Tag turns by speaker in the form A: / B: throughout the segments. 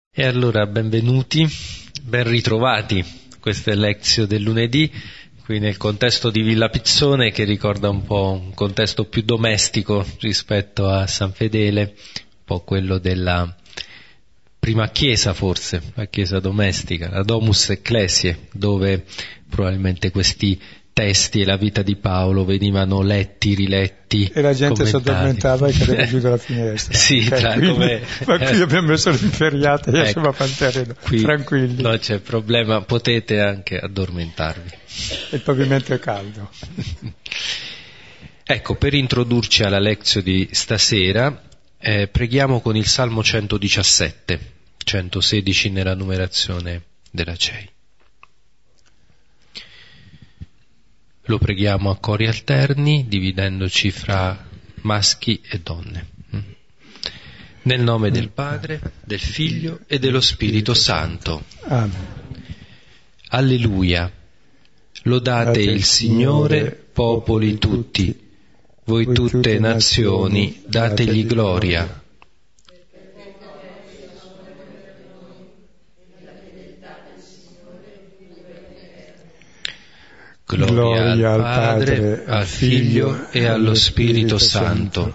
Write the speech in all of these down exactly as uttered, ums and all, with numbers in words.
A: E allora benvenuti, ben ritrovati. Questa è Lectio del lunedì, qui nel contesto di Villa Pizzone, che ricorda un po' un contesto più domestico rispetto a San Fedele, un po' quello della prima chiesa forse, la chiesa domestica, la Domus Ecclesiae, dove probabilmente questi testi e la vita di Paolo venivano letti, riletti,
B: e la gente si
A: commentati.
B: addormentava e cadeva giù dalla finestra.
A: Sì,
B: okay,
A: tra,
B: quindi,
A: come,
B: ma qui
A: eh,
B: abbiamo messo l'inferriata e
A: ecco,
B: siamo a terreno,
A: qui
B: tranquilli.
A: Non c'è problema, potete anche addormentarvi.
B: Il pavimento è caldo.
A: Ecco, per introdurci alla lezione di stasera, eh, preghiamo con il Salmo centodiciassette, centosedici nella numerazione della C E I. Lo preghiamo a cori alterni, dividendoci fra maschi e donne. Nel nome del Padre, del Figlio e dello Spirito Santo.
B: Amen.
A: Alleluia. Lodate il Signore, popoli tutti. Voi tutte nazioni, dategli gloria. Gloria, Gloria al Padre, Padre al Figlio e allo Spirito, Spirito Santo.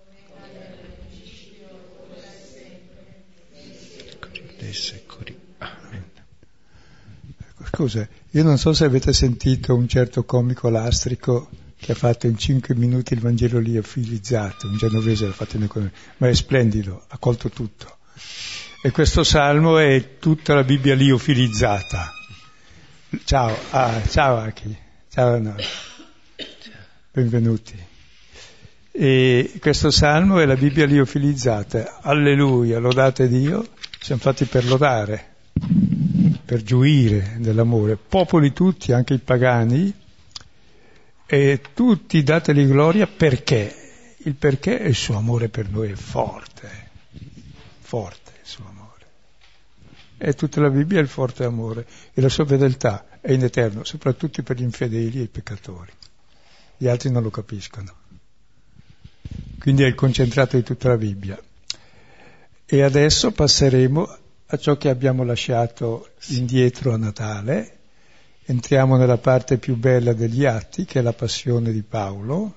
B: Scusa, io non so se avete sentito un certo comico lastrico che ha fatto in cinque minuti il Vangelo liofilizzato, un genovese l'ha fatto in economia, ma è splendido, ha colto tutto. E questo salmo è tutta la Bibbia liofilizzata. Ciao, ah, ciao Aki, ciao a noi, benvenuti. E questo salmo è la Bibbia liofilizzata. Alleluia, lodate Dio, siamo fatti per lodare, per gioire dell'amore. Popoli tutti, anche i pagani, e tutti dateli gloria perché, il perché è il suo amore per noi è forte, forte il suo amore. E tutta la Bibbia è il forte amore e la sua fedeltà è in eterno, soprattutto per gli infedeli e i peccatori. Gli altri non lo capiscono. Quindi è il concentrato di tutta la Bibbia. E adesso passeremo a ciò che abbiamo lasciato indietro a Natale. Entriamo nella parte più bella degli Atti, che è la passione di Paolo.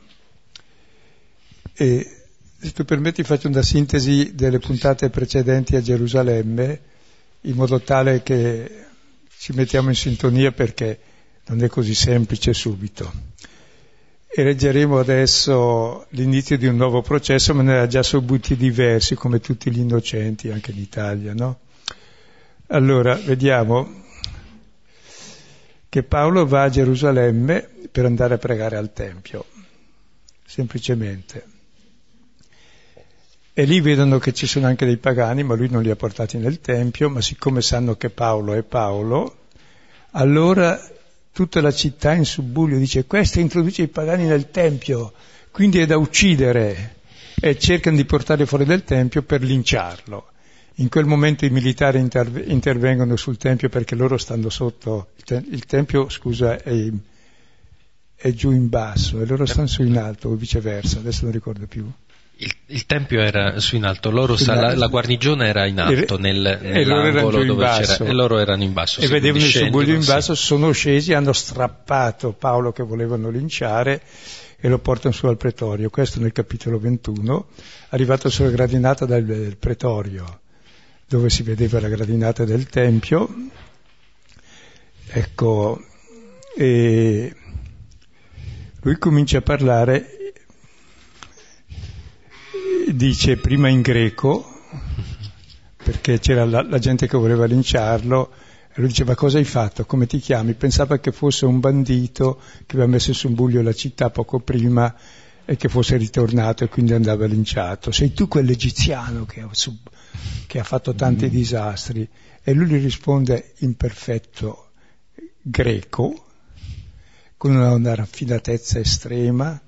B: E se tu permetti faccio una sintesi delle puntate precedenti a Gerusalemme, in modo tale che ci mettiamo in sintonia, perché non è così semplice subito. E leggeremo adesso l'inizio di un nuovo processo, ma ne ha già subiti diversi, come tutti gli innocenti, anche in Italia, no? Allora, vediamo che Paolo va a Gerusalemme per andare a pregare al Tempio, semplicemente. E lì vedono che ci sono anche dei pagani, ma lui non li ha portati nel Tempio, ma siccome sanno che Paolo è Paolo, allora tutta la città in subbuglio dice: questo introduce i pagani nel Tempio, quindi è da uccidere, e cercano di portarli fuori del Tempio per linciarlo. In quel momento i militari interv- intervengono sul Tempio, perché loro stanno sotto, il, te- il Tempio, scusa, è, è giù in basso e loro stanno su in alto, o viceversa, adesso non ricordo più.
A: Il, il tempio era su in alto, loro sa, la, la guarnigione era in alto,
B: e,
A: nel,
B: e
A: nell'angolo dove
B: basso.
A: c'era, e loro erano in basso.
B: E vedevano il subbuglio in
A: sì.
B: basso, sono scesi, hanno strappato Paolo che volevano linciare e lo portano su al pretorio. Questo nel capitolo ventuno, arrivato sulla gradinata del, del pretorio, dove si vedeva la gradinata del Tempio. Ecco, e lui comincia a parlare. Dice prima in greco, perché c'era la, la gente che voleva linciarlo, e lui diceva: cosa hai fatto? Come ti chiami? Pensava che fosse un bandito che aveva messo su un buglio la città poco prima e che fosse ritornato e quindi andava linciato. Sei tu quell'egiziano che, che ha fatto tanti mm. disastri? E lui gli risponde in perfetto greco, con una, una raffinatezza estrema.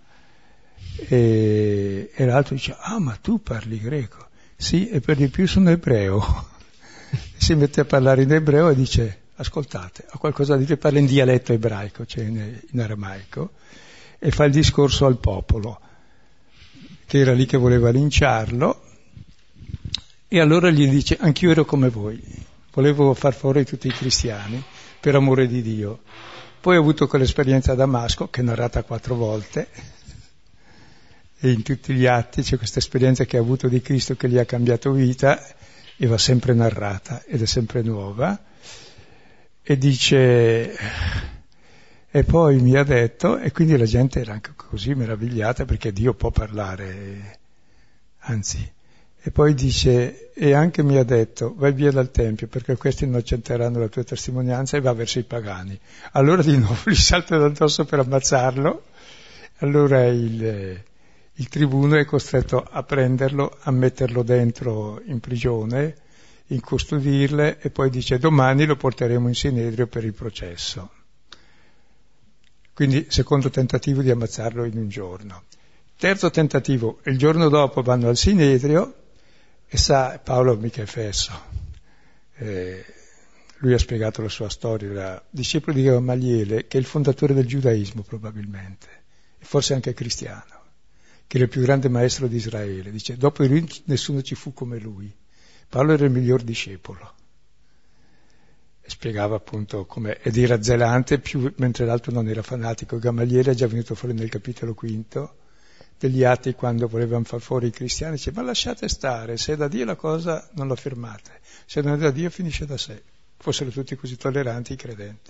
B: E, e l'altro dice: ah, ma tu parli greco? Sì, e per di più sono ebreo. Si mette a parlare in ebreo e dice: ascoltate, ho qualcosa da dire, parla in dialetto ebraico, cioè in, in aramaico, e fa il discorso al popolo che era lì che voleva linciarlo. E allora gli dice, anch'io ero come voi, volevo far fuori tutti i cristiani per amore di Dio. Poi ho avuto quell'esperienza a Damasco, che è narrata quattro volte, e in tutti gli atti c'è questa esperienza che ha avuto di Cristo che gli ha cambiato vita, e va sempre narrata, ed è sempre nuova, e dice, e poi mi ha detto, e quindi la gente era anche così meravigliata, perché Dio può parlare, anzi, e poi dice, e anche mi ha detto, vai via dal Tempio, perché questi innocenteranno la tua testimonianza, e va verso i pagani. Allora di nuovo gli salta d'addosso per ammazzarlo, allora il, il tribuno è costretto a prenderlo, a metterlo dentro in prigione, incustodirle, e poi dice, domani lo porteremo in Sinedrio per il processo. Quindi secondo tentativo di ammazzarlo in un giorno. Terzo tentativo, il giorno dopo vanno al Sinedrio, e sa, Paolo mica è fesso, eh, lui ha spiegato la sua storia, era discepolo di Gamaliele, che è il fondatore del giudaismo probabilmente, e forse anche cristiano, che era il più grande maestro di Israele. Dice, dopo di lui nessuno ci fu come lui. Paolo era il miglior discepolo. E spiegava appunto come, ed era zelante, più, mentre l'altro non era fanatico. Gamaliele è già venuto fuori nel capitolo quinto, degli Atti, quando volevano far fuori i cristiani, dice, ma lasciate stare, se è da Dio la cosa non la fermate, se non è da Dio finisce da sé. Fossero tutti così tolleranti i credenti.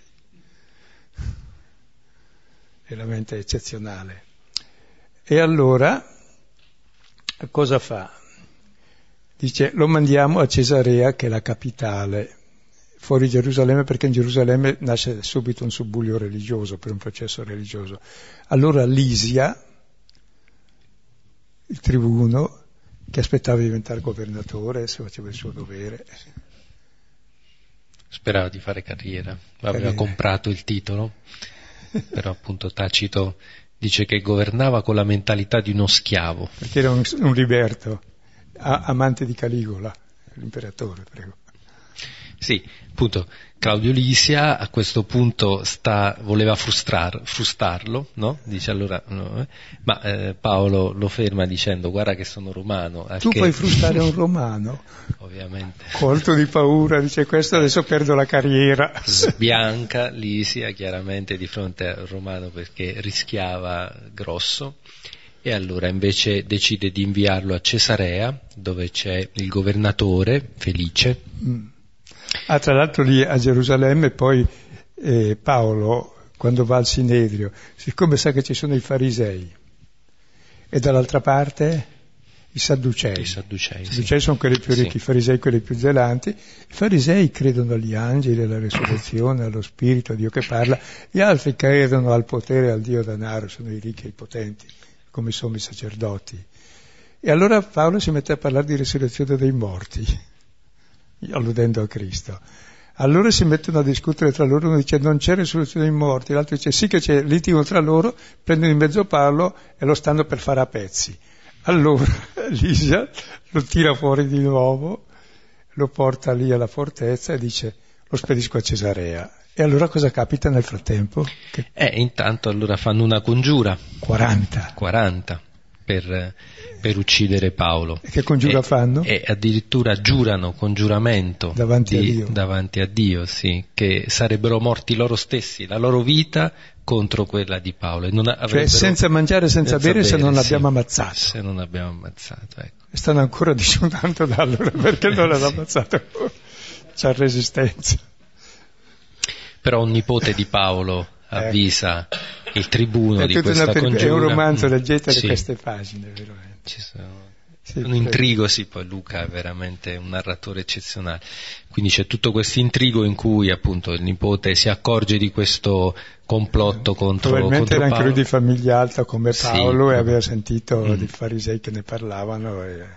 B: Veramente eccezionale. E allora cosa fa? Dice, lo mandiamo a Cesarea, che è la capitale, fuori Gerusalemme, perché in Gerusalemme nasce subito un subbuglio religioso, per un processo religioso. Allora Lisia, il tribuno, che aspettava di diventare governatore, se faceva il suo dovere.
A: Sperava di fare carriera, aveva
B: carriera.
A: comprato il titolo, però appunto Tacito dice che governava con la mentalità di uno schiavo.
B: Perché era un, un liberto, a, amante di Caligola, l'imperatore, prego.
A: Sì, appunto, Claudio Lisia a questo punto sta, voleva frustrar, frustarlo, no? Dice allora, no, eh? ma eh, Paolo lo ferma dicendo, guarda che sono romano.
B: Tu
A: che...
B: puoi frustare un romano?
A: Ovviamente.
B: Colto di paura, dice, questo adesso perdo la carriera.
A: Sbianca Lisia chiaramente di fronte al romano perché rischiava grosso. E allora invece decide di inviarlo a Cesarea, dove c'è il governatore Felice.
B: Mm. Ah, tra l'altro lì a Gerusalemme poi eh, Paolo, quando va al Sinedrio, siccome sa che ci sono i farisei e dall'altra parte i sadducei.
A: I sadducei,
B: I sadducei
A: sì.
B: sono quelli più ricchi, sì. I farisei quelli più zelanti. I farisei credono agli angeli, alla resurrezione, allo spirito, a Dio che parla. Gli altri credono al potere, al Dio denaro, sono i ricchi e i potenti, come sono i sacerdoti. E allora Paolo si mette a parlare di resurrezione dei morti, alludendo a Cristo. Allora si mettono a discutere tra loro, uno dice non c'è risurrezione dei morti, l'altro dice sì che c'è, litigano tra loro, prendono in mezzo Paolo e lo stanno per fare a pezzi. Allora Lisia lo tira fuori di nuovo, lo porta lì alla fortezza e dice lo spedisco a Cesarea. E allora cosa capita nel frattempo? Che...
A: Eh, intanto allora fanno una congiura.
B: quaranta.
A: quaranta. Per, per uccidere Paolo.
B: E che congiura
A: e,
B: fanno?
A: E addirittura giurano con giuramento
B: davanti
A: di,
B: a Dio,
A: davanti a Dio sì, che sarebbero morti loro stessi, la loro vita contro quella di Paolo. E non
B: cioè senza mangiare, senza, senza bere, bere, se non l'abbiamo
A: sì,
B: ammazzato.
A: Se non abbiamo ammazzato, ecco.
B: E stanno ancora disciutando da allora, perché non l'hanno ammazzato? C'ha resistenza.
A: Però un nipote di Paolo avvisa eh. il tribuno è di questa
B: per...
A: congiura.
B: È un romanzo, leggetele
A: sì.
B: queste pagine, veramente.
A: Ci sono...
B: Sì,
A: un intrigo, sì, poi Luca è veramente un narratore eccezionale. Quindi c'è tutto questo intrigo in cui appunto il nipote si accorge di questo complotto contro,
B: probabilmente
A: contro
B: era
A: Paolo.
B: anche lui di famiglia alta come Paolo sì. E aveva sentito mm. dei farisei che ne parlavano e...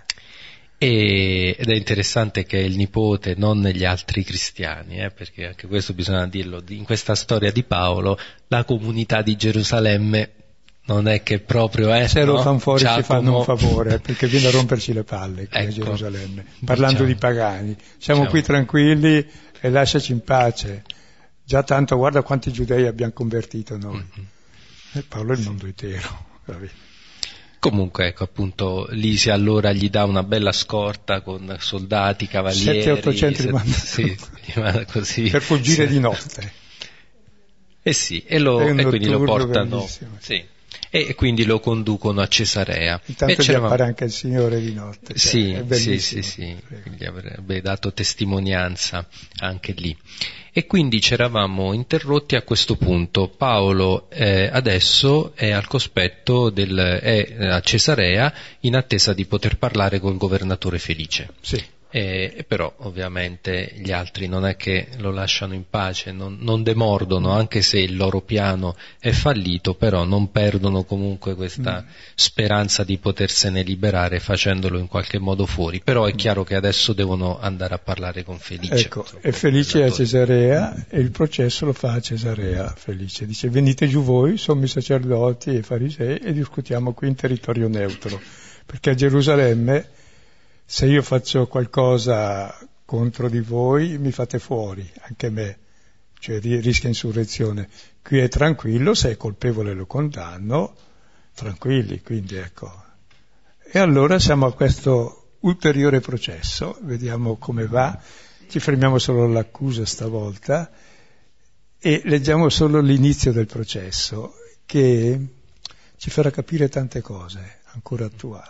A: E, ed è interessante che il nipote, non negli altri cristiani, eh, perché anche questo bisogna dirlo, in questa storia di Paolo la comunità di Gerusalemme non è che proprio è,
B: se
A: no?
B: lo fanno fuori
A: Giacomo...
B: ci fanno un favore, perché viene a romperci le palle qui ecco, a Gerusalemme, parlando diciamo, di pagani. Siamo diciamo. qui tranquilli e lasciaci in pace. Già tanto, guarda quanti giudei abbiamo convertito noi. Mm-hmm. E Paolo è il mondo intero. Vabbè.
A: Comunque, ecco, appunto, Lisia allora gli dà una bella scorta con soldati, cavalieri.
B: sette ottocento
A: set...
B: rimanda,
A: sì, rimanda così.
B: Per fuggire
A: sì.
B: di notte.
A: Eh sì, e, lo, e quindi lo portano, sì, e quindi lo conducono a Cesarea.
B: Intanto
A: e
B: gli appare anche il Signore di notte. Cioè,
A: sì,
B: è
A: sì, sì, sì, gli avrebbe dato testimonianza anche lì. E quindi ci eravamo interrotti a questo punto. Paolo eh, adesso è al cospetto del, è a Cesarea in attesa di poter parlare col governatore Felice.
B: Sì.
A: E, però ovviamente gli altri non è che lo lasciano in pace, non, non demordono, anche se il loro piano è fallito, però non perdono comunque questa mm. speranza di potersene liberare facendolo in qualche modo fuori. Però è chiaro che adesso devono andare a parlare con Felice.
B: Ecco, e Felice è a Cesarea e il processo lo fa a Cesarea. Felice dice: venite giù voi, sommi sacerdoti e farisei, e discutiamo qui in territorio neutro, perché a Gerusalemme, se io faccio qualcosa contro di voi, mi fate fuori, anche me, cioè rischia insurrezione. Qui è tranquillo, se è colpevole lo condanno, tranquilli, quindi ecco. E allora siamo a questo ulteriore processo, vediamo come va, ci fermiamo solo all'accusa stavolta e leggiamo solo l'inizio del processo, che ci farà capire tante cose ancora attuali.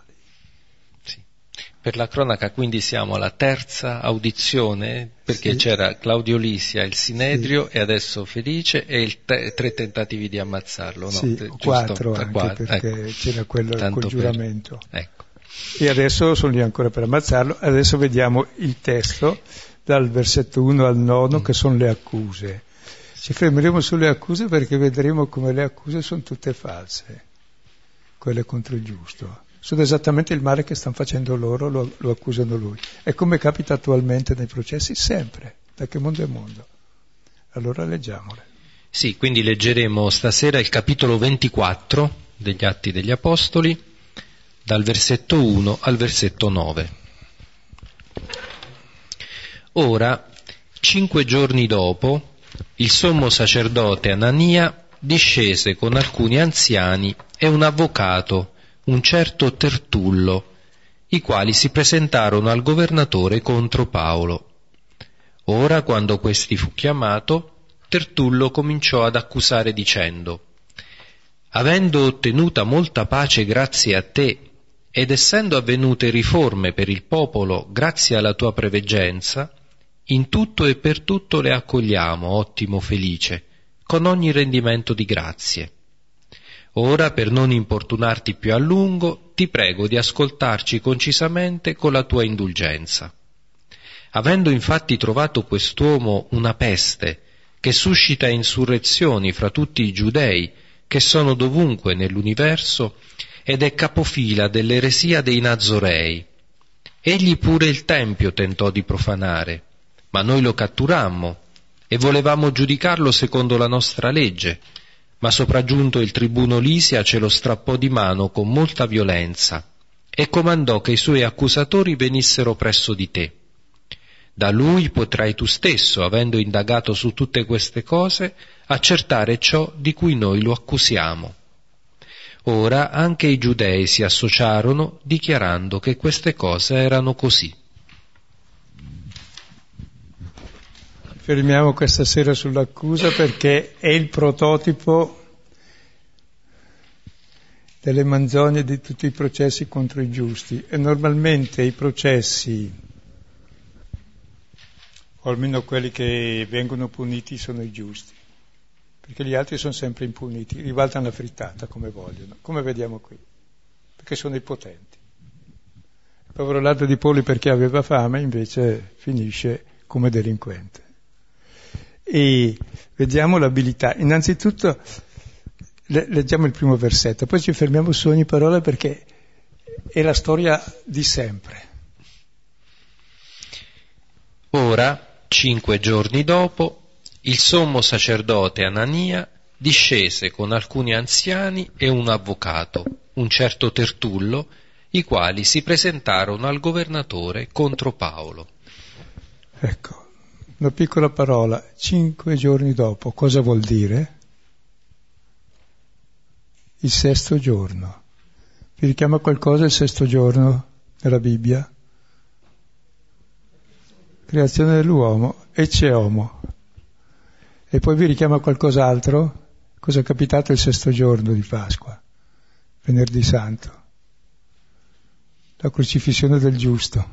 A: Per la cronaca quindi siamo alla terza audizione, perché sì. c'era Claudio Lisia, il Sinedrio, sì. e adesso Felice, e il te- tre tentativi di ammazzarlo. No?
B: Sì,
A: Giusto?
B: quattro anche,
A: quattro,
B: perché
A: ecco.
B: c'era quello col giuramento.
A: Per... Ecco.
B: E adesso sono lì ancora per ammazzarlo. Adesso vediamo il testo, dal versetto uno al nono, mm. che sono le accuse. Ci fermeremo sulle accuse perché vedremo come le accuse sono tutte false, quelle contro il giusto. Sono esattamente il male che stanno facendo loro, lo, lo accusano lui. E come capita attualmente nei processi, sempre, da che mondo è mondo. Allora leggiamole.
A: Sì, quindi leggeremo stasera il capitolo ventiquattro degli Atti degli Apostoli, dal versetto uno al versetto nove. Ora, cinque giorni dopo, il sommo sacerdote Anania discese con alcuni anziani e un avvocato, un certo Tertullo, i quali si presentarono al governatore contro Paolo. Ora, quando questi fu chiamato, Tertullo cominciò ad accusare dicendo: avendo ottenuta molta pace grazie a te, ed essendo avvenute riforme per il popolo grazie alla tua preveggenza, in tutto e per tutto le accogliamo, ottimo Felice, con ogni rendimento di grazie. Ora, per non importunarti più a lungo, ti prego di ascoltarci concisamente con la tua indulgenza. Avendo infatti trovato quest'uomo una peste che suscita insurrezioni fra tutti i giudei che sono dovunque nell'universo ed è capofila dell'eresia dei Nazorei, egli pure il Tempio tentò di profanare, ma noi lo catturammo e volevamo giudicarlo secondo la nostra legge, ma sopraggiunto il tribuno Lisia ce lo strappò di mano con molta violenza e comandò che i suoi accusatori venissero presso di te. Da lui potrai tu stesso, avendo indagato su tutte queste cose, accertare ciò di cui noi lo accusiamo. Ora anche i giudei si associarono dichiarando che queste cose erano così.
B: Fermiamo questa sera sull'accusa perché è il prototipo delle manzogne di tutti i processi contro i giusti, e normalmente i processi, o almeno quelli che vengono puniti, sono i giusti, perché gli altri sono sempre impuniti, ribaltano la frittata come vogliono, come vediamo qui, perché sono i potenti. Il povero ladro di polli, perché aveva fame, invece finisce come delinquente. E vediamo l'abilità. Innanzitutto leggiamo il primo versetto, poi ci fermiamo su ogni parola perché è la storia di sempre.
A: Ora, cinque giorni dopo, il sommo sacerdote Anania discese con alcuni anziani e un avvocato, un certo Tertullo, i quali si presentarono al governatore contro Paolo.
B: Ecco. Una piccola parola, cinque giorni dopo, cosa vuol dire? Il sesto giorno. Vi richiama qualcosa il sesto giorno nella Bibbia? Creazione dell'uomo, ecce homo. E poi vi richiama qualcos'altro? Cosa è capitato il sesto giorno di Pasqua? Venerdì Santo. La crocifissione del giusto.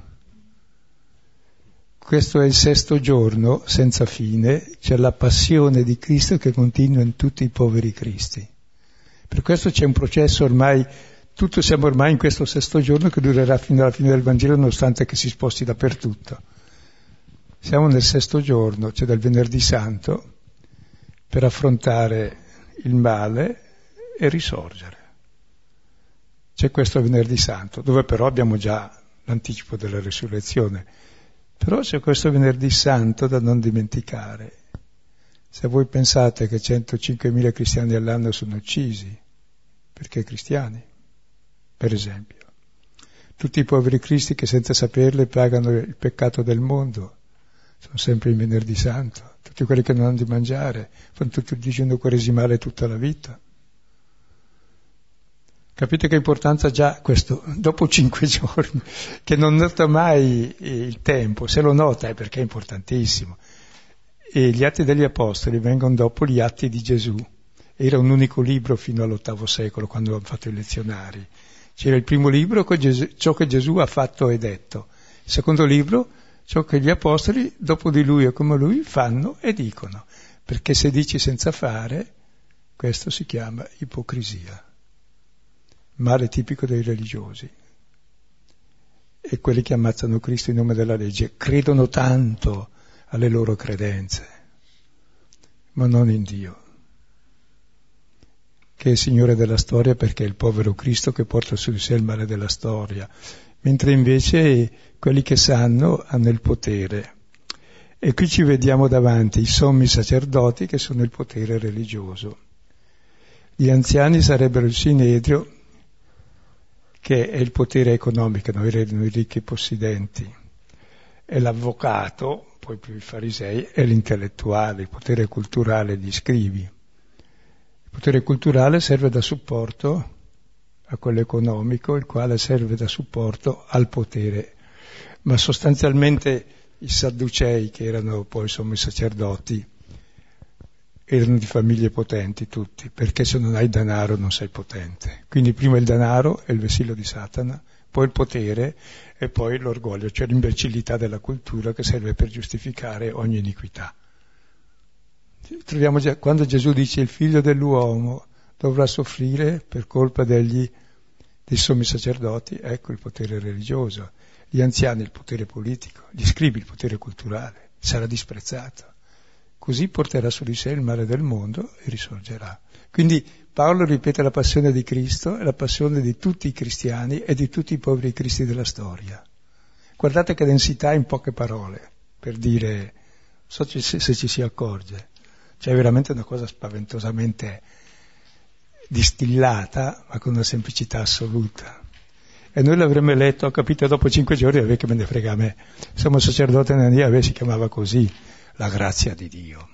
B: Questo è il sesto giorno senza fine, c'è la passione di Cristo che continua in tutti i poveri cristi. Per questo c'è un processo ormai, tutto siamo ormai in questo sesto giorno che durerà fino alla fine del Vangelo, nonostante che si sposti dappertutto. Siamo nel sesto giorno, cioè dal Venerdì Santo, per affrontare il male e risorgere. C'è questo Venerdì Santo, dove però abbiamo già l'anticipo della risurrezione. Però c'è questo Venerdì Santo da non dimenticare. Se voi pensate che centocinquemila cristiani all'anno sono uccisi, perché cristiani, per esempio. Tutti i poveri cristi che senza saperle pagano il peccato del mondo, sono sempre il Venerdì Santo. Tutti quelli che non hanno di mangiare, fanno tutto il digiuno quaresimale tutta la vita. Capite che importanza già questo, dopo cinque giorni, che non nota mai il tempo, se lo nota è perché è importantissimo. E gli Atti degli Apostoli vengono dopo gli Atti di Gesù. Era un unico libro fino all'ottavo secolo, quando hanno fatto i lezionari. C'era il primo libro con Gesù, ciò che Gesù ha fatto e detto. Il secondo libro, ciò che gli Apostoli, dopo di lui e come lui, fanno e dicono. Perché se dici senza fare, questo si chiama ipocrisia. Male tipico dei religiosi. E quelli che ammazzano Cristo in nome della legge credono tanto alle loro credenze, ma non in Dio, che è il Signore della storia, perché è il povero Cristo che porta su di sé il male della storia, mentre invece quelli che sanno hanno il potere. E qui ci vediamo davanti i sommi sacerdoti che sono il potere religioso. Gli anziani sarebbero il Sinedrio, che è il potere economico, noi, noi ricchi possidenti, e l'avvocato, poi più i farisei, è l'intellettuale, il potere culturale, gli scrivi. Il potere culturale serve da supporto a quello economico, il quale serve da supporto al potere. Ma sostanzialmente i Sadducei, che erano poi sommi sacerdoti, erano di famiglie potenti tutti, perché se non hai denaro non sei potente. Quindi prima il denaro è il vessillo di Satana, poi il potere e poi l'orgoglio, cioè l'imbecillità della cultura che serve per giustificare ogni iniquità. Troviamo già, quando Gesù dice il figlio dell'uomo dovrà soffrire per colpa degli, dei sommi sacerdoti, ecco il potere religioso, gli anziani il potere politico, gli scribi il potere culturale, sarà disprezzato. Così porterà su di sé il male del mondo e risorgerà. Quindi Paolo ripete la passione di Cristo e la passione di tutti i cristiani e di tutti i poveri cristi della storia. Guardate che densità in poche parole, per dire, non so se, se ci si accorge, c'è veramente una cosa spaventosamente distillata, ma con una semplicità assoluta. E noi l'avremmo letto, ho capito, dopo cinque giorni, vabbè che me ne frega a me. Siamo sacerdote nella mia, si chiamava così. La grazia di Dio.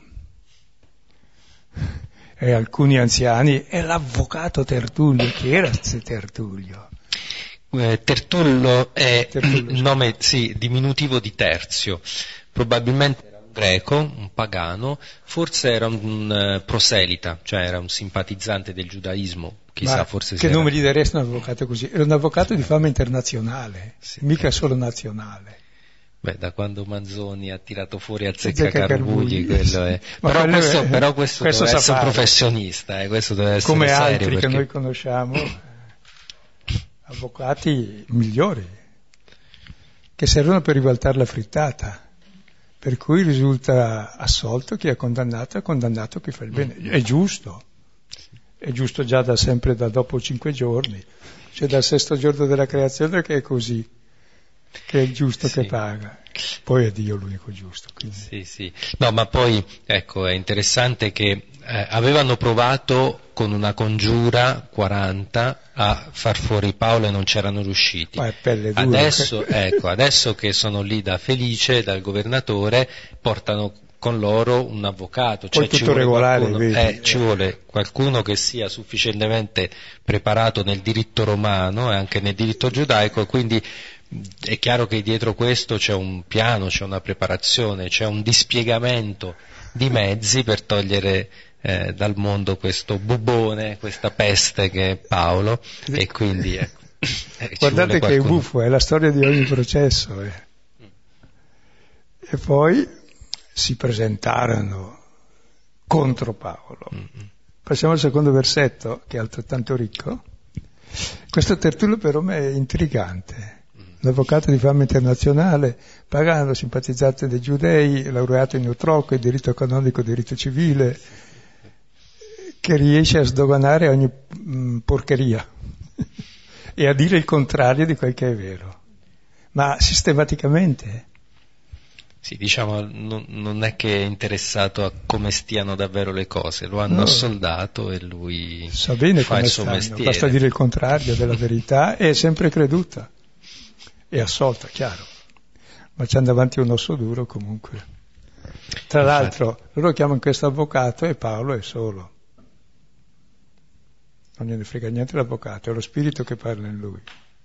B: E alcuni anziani, e l'avvocato Tertullio, chi era Tertullio?
A: Eh, Tertullo è
B: Tertullio,
A: il nome, sì, diminutivo di Terzio, probabilmente era un greco, un pagano, forse era un uh, proselita, cioè era un simpatizzante del giudaismo, chissà,
B: ma
A: forse
B: che
A: se
B: nome
A: era...
B: gli daresti un avvocato così? Era un avvocato di fama internazionale,
A: sì,
B: mica solo nazionale.
A: Beh, da quando Manzoni ha tirato fuori al Zeccacarbugli, quello è.
B: Ma
A: però,
B: quello
A: questo,
B: è,
A: però questo,
B: questo
A: deve essere un
B: fare.
A: professionista, eh, questo deve essere
B: come
A: serio,
B: altri
A: perché...
B: che noi conosciamo, avvocati migliori, che servono per ribaltare la frittata, per cui risulta assolto chi è condannato e condannato chi fa il bene. È giusto, è giusto già da sempre, da dopo cinque giorni, cioè dal sesto giorno della creazione che è così, che è il giusto sì. che paga. Poi è Dio l'unico giusto. Quindi.
A: Sì, sì. No, ma poi, ecco, è interessante che eh, avevano provato con una congiura quaranta a far fuori Paolo e non c'erano riusciti.
B: Ma è pelle dura.
A: Adesso, ecco, adesso che sono lì da Felice, dal governatore, portano con loro un avvocato,
B: poi
A: cioè
B: tutto
A: ci vuole
B: regolare,
A: qualcuno,
B: vedi,
A: eh,
B: eh.
A: ci vuole qualcuno che sia sufficientemente preparato nel diritto romano e anche nel diritto giudaico, quindi è chiaro che dietro questo c'è un piano, c'è una preparazione, c'è un dispiegamento di mezzi per togliere eh, dal mondo questo bubone, questa peste che è Paolo, e quindi ecco, eh,
B: guardate che è buffo, è la storia di ogni processo. Eh. E poi si presentarono contro Paolo. Mm-hmm. Passiamo al secondo versetto, che è altrettanto ricco. Questo Tertullo per me è intrigante. L'avvocato di fama internazionale, pagano, simpatizzante dei giudei, laureato in utroco, in diritto canonico, diritto civile, che riesce a sdoganare ogni mh, porcheria e a dire il contrario di quel che è vero, ma sistematicamente.
A: Sì, diciamo, non, non è che è interessato a come stiano davvero le cose, lo hanno
B: no.
A: assoldato e lui
B: sa bene
A: fa
B: come
A: il suo
B: stanno,
A: mestiere.
B: Basta dire il contrario della verità e è sempre creduta. È assolta, chiaro, ma c'è davanti un osso duro comunque. Tra l'altro, loro chiamano questo avvocato e Paolo è solo. Non gliene frega niente l'avvocato, è lo spirito che parla in lui.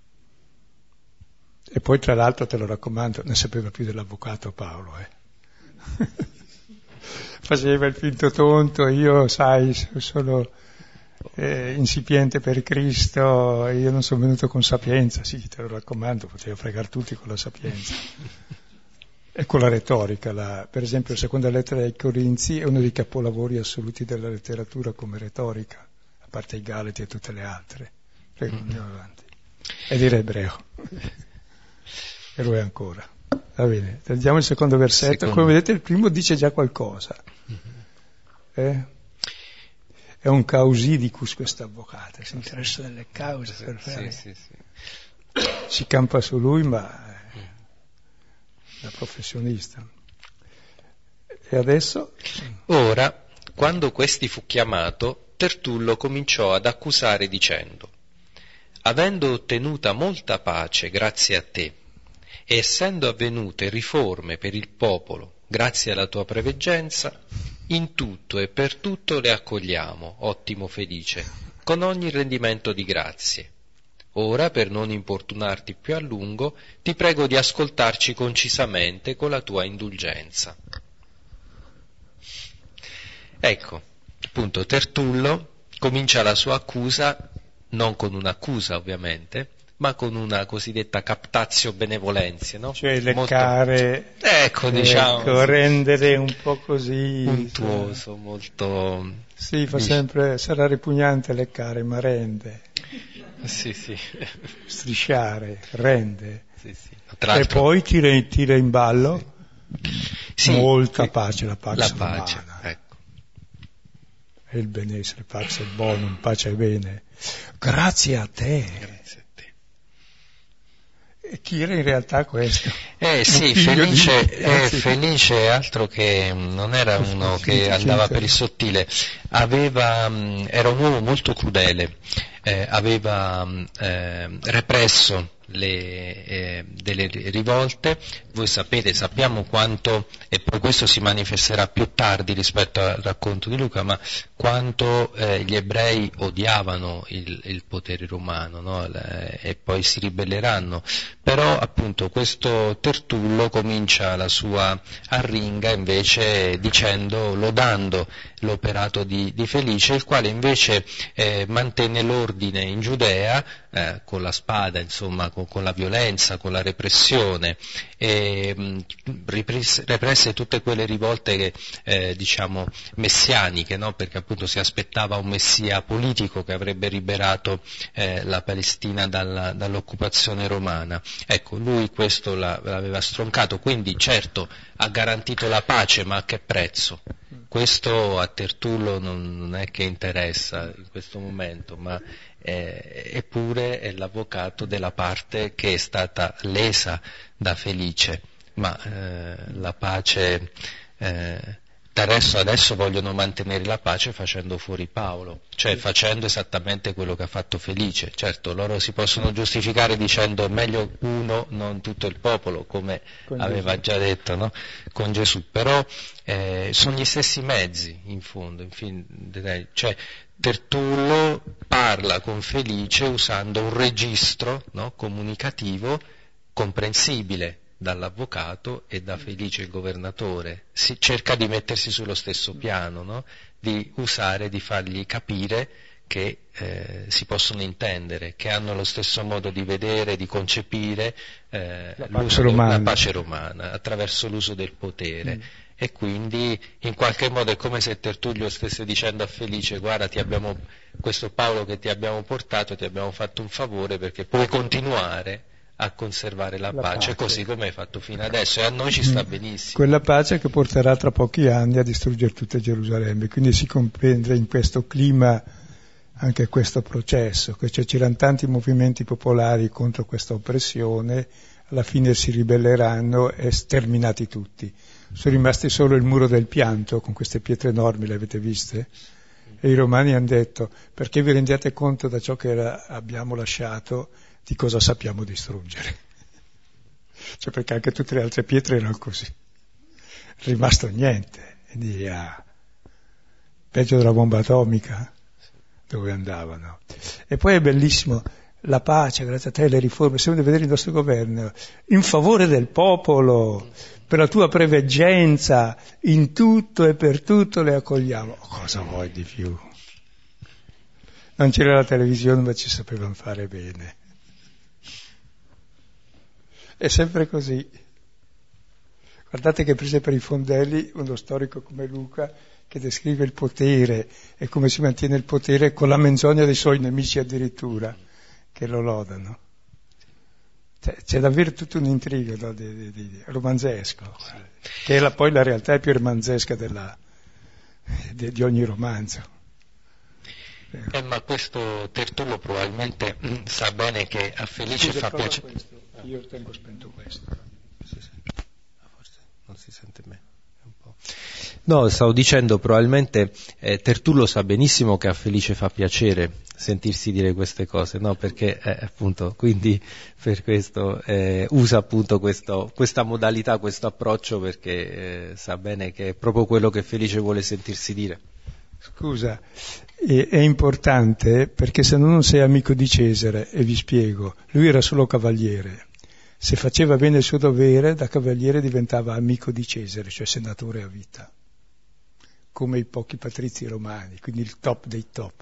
B: E poi, tra l'altro, te lo raccomando, ne sapeva più dell'avvocato Paolo, eh. Faceva il finto tonto, io, sai, sono Eh, insipiente per Cristo, io non sono venuto con sapienza, sì, te lo raccomando, poteva fregare tutti con la sapienza e con la retorica. La, per esempio la seconda lettera ai Corinzi è uno dei capolavori assoluti della letteratura come retorica, a parte i Galati e tutte le altre. Prego, andiamo avanti. E dire ebreo e lo è ancora, va bene, leggiamo il secondo versetto. Secondo. Come vedete il primo dice già qualcosa, eh? È un causidicus questo avvocato, si interessa delle cause, sì, per fare. Sì, sì, sì. Si campa su lui, ma è da professionista. E adesso?
A: Ora, quando questi fu chiamato, Tertullo cominciò ad accusare dicendo: avendo ottenuta molta pace grazie a te, e essendo avvenute riforme per il popolo grazie alla tua preveggenza, in tutto e per tutto le accogliamo, ottimo Felice, con ogni rendimento di grazie. Ora, per non importunarti più a lungo, ti prego di ascoltarci concisamente con la tua indulgenza. Ecco, appunto, Tertullo comincia la sua accusa, non con un'accusa ovviamente, ma con una cosiddetta captatio benevolentia, no?
B: Cioè leccare,
A: molto, ecco, diciamo,
B: ecco, rendere un po' così
A: untuoso, cioè, molto.
B: Sì, fa sempre, sarà ripugnante leccare, ma rende.
A: Sì, sì.
B: Strisciare, rende.
A: Sì, sì.
B: E poi tira, tira in ballo
A: sì,
B: molta
A: sì,
B: pace, la pace,
A: la pace,
B: umana.
A: ecco.
B: E il benessere, pace e bonum, pace e bene. Grazie a te.
A: Grazie a te.
B: E chi era in realtà questo?
A: Eh sì, Felice, di... eh, Felice altro che non era uno che andava per il sottile, aveva, era un uomo molto crudele, eh, aveva eh, represso le, eh, delle rivolte. Voi sapete, sappiamo quanto, e poi questo si manifesterà più tardi rispetto al racconto di Luca, ma quanto eh, gli ebrei odiavano il, il potere romano, no? Le, e poi si ribelleranno. Però appunto questo Tertullo comincia la sua arringa invece dicendo, lodando l'operato di, di Felice, il quale invece eh, mantenne l'ordine in Giudea eh, con la spada, insomma, con, con la violenza, con la repressione, e mh, riprese, represse tutte quelle rivolte che, eh, diciamo, messianiche, no? Perché appunto si aspettava un messia politico che avrebbe liberato eh, la Palestina dalla, dall'occupazione romana. Ecco, lui questo l'aveva stroncato, quindi certo ha garantito la pace, ma a che prezzo? Questo a Tertullo non, non è che interessa in questo momento, ma eh, eppure è l'avvocato della parte che è stata lesa da Felice, ma eh, la pace eh, Del resto adesso vogliono mantenere la pace facendo fuori Paolo, cioè facendo esattamente quello che ha fatto Felice. Certo, loro si possono giustificare dicendo è meglio uno, non tutto il popolo, come con aveva Gesù. Già detto, no? Con Gesù, però eh, sono gli stessi mezzi, in fondo, in fin, cioè Tertullo parla con Felice usando un registro, no, comunicativo comprensibile dall'avvocato e da Felice il governatore, si cerca di mettersi sullo stesso piano, no? Di usare, di fargli capire che eh, si possono intendere, che hanno lo stesso modo di vedere, di concepire eh,
B: la, pace romana.
A: la pace romana attraverso l'uso del potere. Mm. E quindi in qualche modo è come se Tertullio stesse dicendo a Felice: guarda, ti abbiamo, questo Paolo che ti abbiamo portato, ti abbiamo fatto un favore perché puoi continuare a conservare la, la pace, pace così come hai fatto fino adesso, e a noi ci sta benissimo.
B: Quella pace che porterà tra pochi anni a distruggere tutta Gerusalemme, quindi si comprende in questo clima anche questo processo, che cioè c'erano tanti movimenti popolari contro questa oppressione, alla fine si ribelleranno e sterminati tutti. Sono rimasti solo il muro del pianto con queste pietre enormi, le avete viste? E i romani hanno detto: perché vi rendiate conto da ciò che era, abbiamo lasciato, di cosa sappiamo distruggere. Cioè, perché anche tutte le altre pietre erano così. È rimasto niente. Quindi, ah, peggio della bomba atomica, dove andavano. E poi è bellissimo, la pace, grazie a te, le riforme, stiamo a vedere il nostro governo, in favore del popolo, per la tua preveggenza, in tutto e per tutto le accogliamo. Cosa vuoi di più? Non c'era la televisione, ma ci sapevano fare bene. È sempre così. Guardate che prese per i fondelli uno storico come Luca, che descrive il potere e come si mantiene il potere con la menzogna dei suoi nemici addirittura, che lo lodano. C'è, c'è davvero tutto un intrigo, no, di, di, di, romanzesco, che è la, poi la realtà è più romanzesca della, di, di ogni romanzo.
A: Eh, ma questo Tertullo probabilmente mh, sa bene che a Felice
B: Scusa,
A: fa piacere.
B: Io tengo spento questo.
A: Si sente. Ah, forse non si sente bene. Un po'. No, stavo dicendo, probabilmente eh, Tertullo sa benissimo che a Felice fa piacere sentirsi dire queste cose, no? Perché eh, appunto, quindi per questo eh, usa appunto questo, questa modalità, questo approccio, perché eh, sa bene che è proprio quello che Felice vuole sentirsi dire.
B: Scusa, è, è importante perché se no non sei amico di Cesare, e vi spiego, lui era solo cavaliere. Se faceva bene il suo dovere, da cavaliere diventava amico di Cesare, cioè senatore a vita, come i pochi patrizi romani, quindi il top dei top.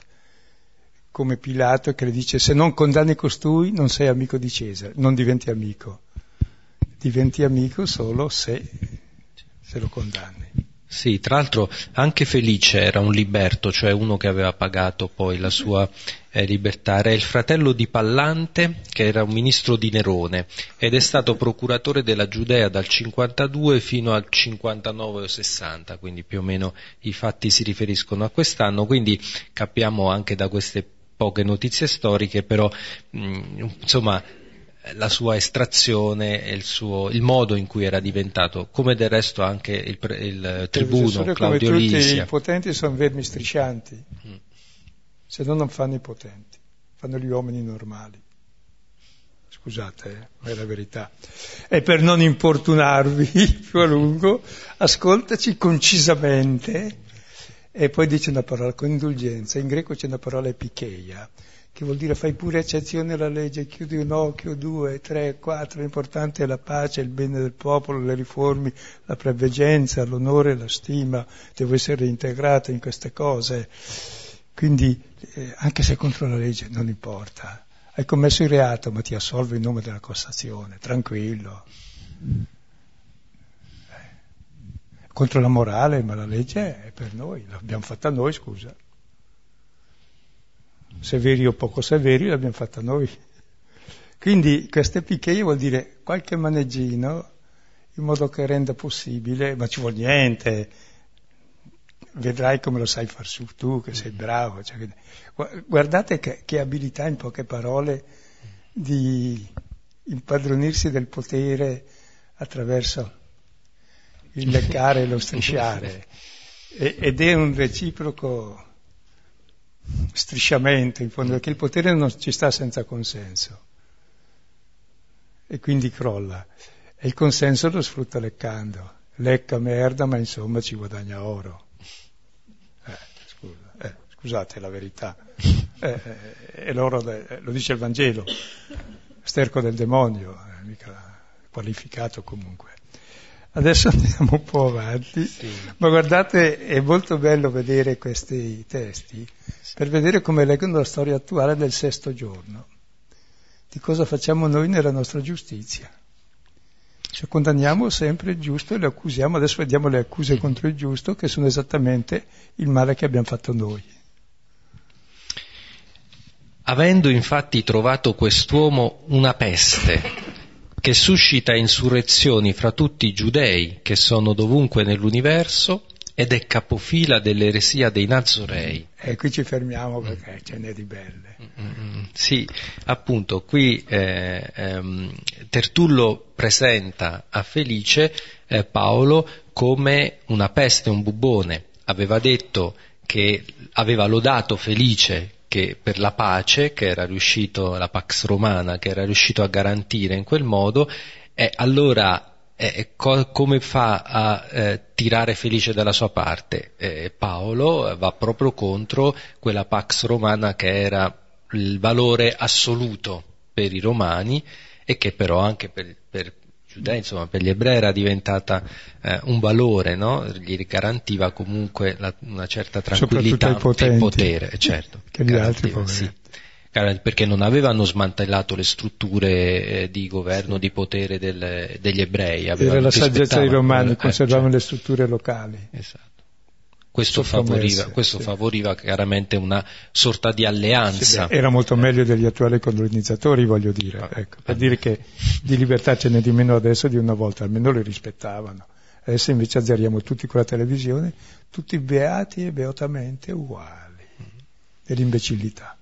B: Come Pilato che le dice: se non condanni costui non sei amico di Cesare, non diventi amico. Diventi amico solo se, se lo condanni.
A: Sì, tra l'altro anche Felice era un liberto, cioè uno che aveva pagato poi la sua eh, libertà. Era il fratello di Pallante, che era un ministro di Nerone, ed è stato procuratore della Giudea dal cinquantadue fino al cinquantanove o sessanta, quindi più o meno i fatti si riferiscono a quest'anno, quindi capiamo anche da queste poche notizie storiche, però mh, insomma la sua estrazione e il, suo, il modo in cui era diventato, come del resto anche il, il tribuno Claudio Lisia.
B: Tutti i potenti sono vermi striscianti, mm. se no non fanno i potenti, fanno gli uomini normali. Scusate, eh, ma è la verità. E per non importunarvi più a lungo, ascoltaci concisamente, e poi dice una parola con indulgenza. In greco c'è una parola epikeia, che vuol dire fai pure eccezione alla legge, chiudi un occhio, due, tre, quattro, l'importante è la pace, il bene del popolo, le riforme, la preveggenza, l'onore, la stima, devo essere integrato in queste cose. Quindi eh, anche se è contro la legge non importa, hai commesso il reato ma ti assolvo in nome della Cassazione, tranquillo. Eh. Contro la morale, ma la legge è per noi, l'abbiamo fatta noi, scusa. Severi o poco severi l'abbiamo fatta noi. Quindi queste piccheie vuol dire qualche maneggino in modo che renda possibile, ma ci vuole niente, vedrai come lo sai far su tu che sei bravo, cioè, guardate che, che abilità in poche parole di impadronirsi del potere attraverso il leccare e lo strisciare. ed è un reciproco strisciamento in fondo, perché il potere non ci sta senza consenso e quindi crolla, e il consenso lo sfrutta leccando, lecca merda ma insomma ci guadagna oro. Eh, scusa, eh, scusate, è la verità, eh, è l'oro de, lo dice il Vangelo, sterco del demonio, eh, mica qualificato comunque. Adesso andiamo un po' avanti, sì. Ma guardate, è molto bello vedere questi testi, sì, per vedere come leggono la storia attuale del sesto giorno, di cosa facciamo noi nella nostra giustizia. Cioè condanniamo sempre il giusto e lo accusiamo, adesso vediamo le accuse contro il giusto, che sono esattamente il male che abbiamo fatto noi.
A: Avendo infatti trovato quest'uomo una peste, che suscita insurrezioni fra tutti i giudei che sono dovunque nell'universo ed è capofila dell'eresia dei Nazorei.
B: E qui ci fermiamo perché ce n'è di belle.
A: Mm-hmm. Sì, appunto, qui eh, ehm, Tertullo presenta a Felice eh, Paolo come una peste, un bubbone. Aveva detto che aveva lodato Felice che per la pace che era riuscito, la Pax Romana, che era riuscito a garantire in quel modo, e allora eh, co- come fa a eh, tirare Felice dalla sua parte? Eh, Paolo va proprio contro quella Pax Romana che era il valore assoluto per i romani e che però anche per, per giudei, insomma per gli ebrei era diventata eh, un valore, no? Gli garantiva comunque la, una certa tranquillità e potere, certo,
B: che gli altri
A: sì, perché non avevano smantellato le strutture eh, di governo, di potere del, degli ebrei.
B: Era la saggezza dei romani, eh, conservavano certo. le strutture locali.
A: Esatto. Questo favoriva, questo sì. favoriva chiaramente una sorta di alleanza.
B: Sì, era molto meglio degli attuali colonizzatori, voglio dire, ah, ecco, per ah, dire che di libertà ce n'è di meno adesso di una volta, almeno le rispettavano. Adesso invece azzeriamo tutti con la televisione, tutti beati e beatamente uguali, mm-hmm. dell'imbecillità,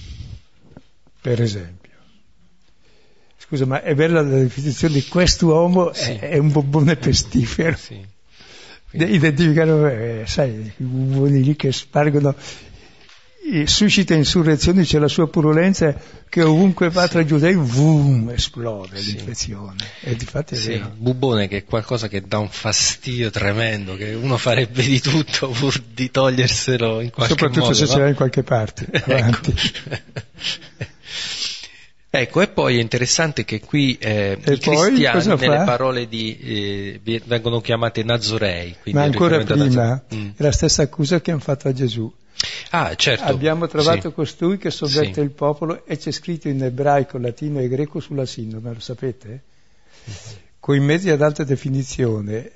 B: per esempio. Scusa, ma è bella la definizione di quest'uomo, sì. è, è un bobbone pestifero.
A: Sì.
B: Quindi identificano, eh, sai, i buoni lì che spargono, suscita insurrezioni, c'è la sua purulenza che ovunque va tra i giudei, vum, esplode sì. l'infezione. E difatti è
A: sì,
B: vero.
A: Bubone che è qualcosa che dà un fastidio tremendo, che uno farebbe di tutto pur di toglierselo in qualche
B: Soprattutto
A: modo.
B: Soprattutto se no? ce l'ha in qualche parte. Avanti.
A: Ecco, e poi è interessante che qui eh, i cristiani nelle parole di eh, vengono chiamate Nazorei.
B: Ma ancora prima mm. è la stessa accusa che hanno fatto a Gesù.
A: Ah, certo.
B: Abbiamo trovato
A: sì. costui
B: che sovverte
A: sì.
B: il popolo, e c'è scritto in ebraico, latino e greco sulla sindrome, lo sapete? Mm-hmm. Con i mezzi ad alta definizione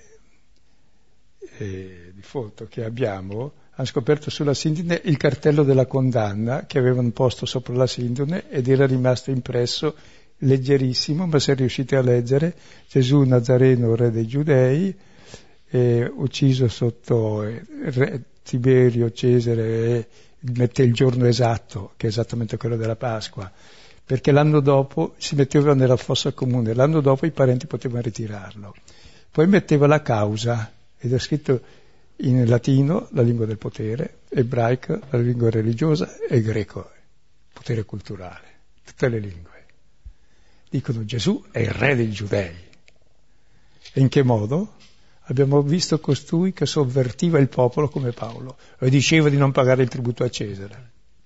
B: eh, di foto che abbiamo, hanno scoperto sulla sindone il cartello della condanna che avevano posto sopra la sindone ed era rimasto impresso leggerissimo, ma se riuscite a leggere: Gesù Nazareno, re dei Giudei, eh, ucciso sotto eh, re, Tiberio Cesare, eh, mette il giorno esatto, che è esattamente quello della Pasqua, perché l'anno dopo si metteva nella fossa comune, l'anno dopo i parenti potevano ritirarlo. Poi metteva la causa, ed è scritto in latino, la lingua del potere, ebraico, la lingua religiosa, e greco, potere culturale, tutte le lingue. Dicono Gesù è il re dei Giudei. E in che modo? Abbiamo visto costui che sovvertiva il popolo come Paolo e diceva di non pagare il tributo a Cesare.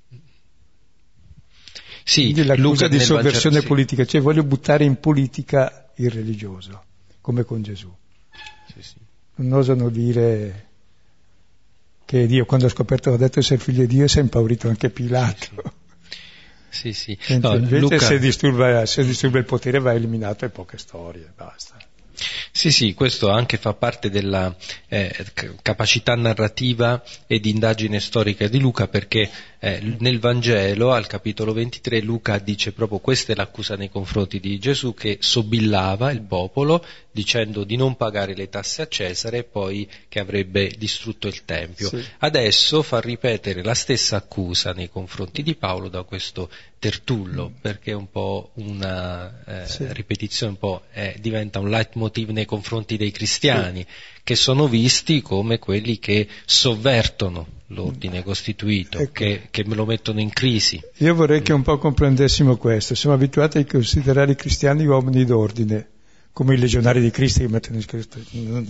A: Sì,
B: quindi l'accusa di sovversione
A: sì.
B: politica, cioè voglio buttare in politica il religioso, come con Gesù.
A: Sì, sì. Non
B: osano dire che Dio, quando ha scoperto che ha detto essere figlio di Dio, si è impaurito anche Pilato.
A: Sì, sì.
B: No, invece
A: Luca...
B: se, disturba, se disturba il potere va eliminato e poche storie, basta.
A: Sì, sì, questo anche fa parte della eh, capacità narrativa e di indagine storica di Luca, perché Eh, nel Vangelo, al capitolo ventitré, Luca dice proprio questa è l'accusa nei confronti di Gesù, che sobillava il popolo dicendo di non pagare le tasse a Cesare e poi che avrebbe distrutto il Tempio.
B: Sì.
A: Adesso fa ripetere la stessa accusa nei confronti di Paolo da questo Tertullo, mm. perché è un po' una eh, sì. ripetizione, un po' eh, diventa un leitmotiv nei confronti dei cristiani, sì. che sono visti come quelli che sovvertono l'ordine costituito, ecco. che, che lo mettono in crisi.
B: Io vorrei che un po' comprendessimo questo. Siamo abituati a considerare i cristiani uomini d'ordine, come i legionari di Cristo che mettono in scritto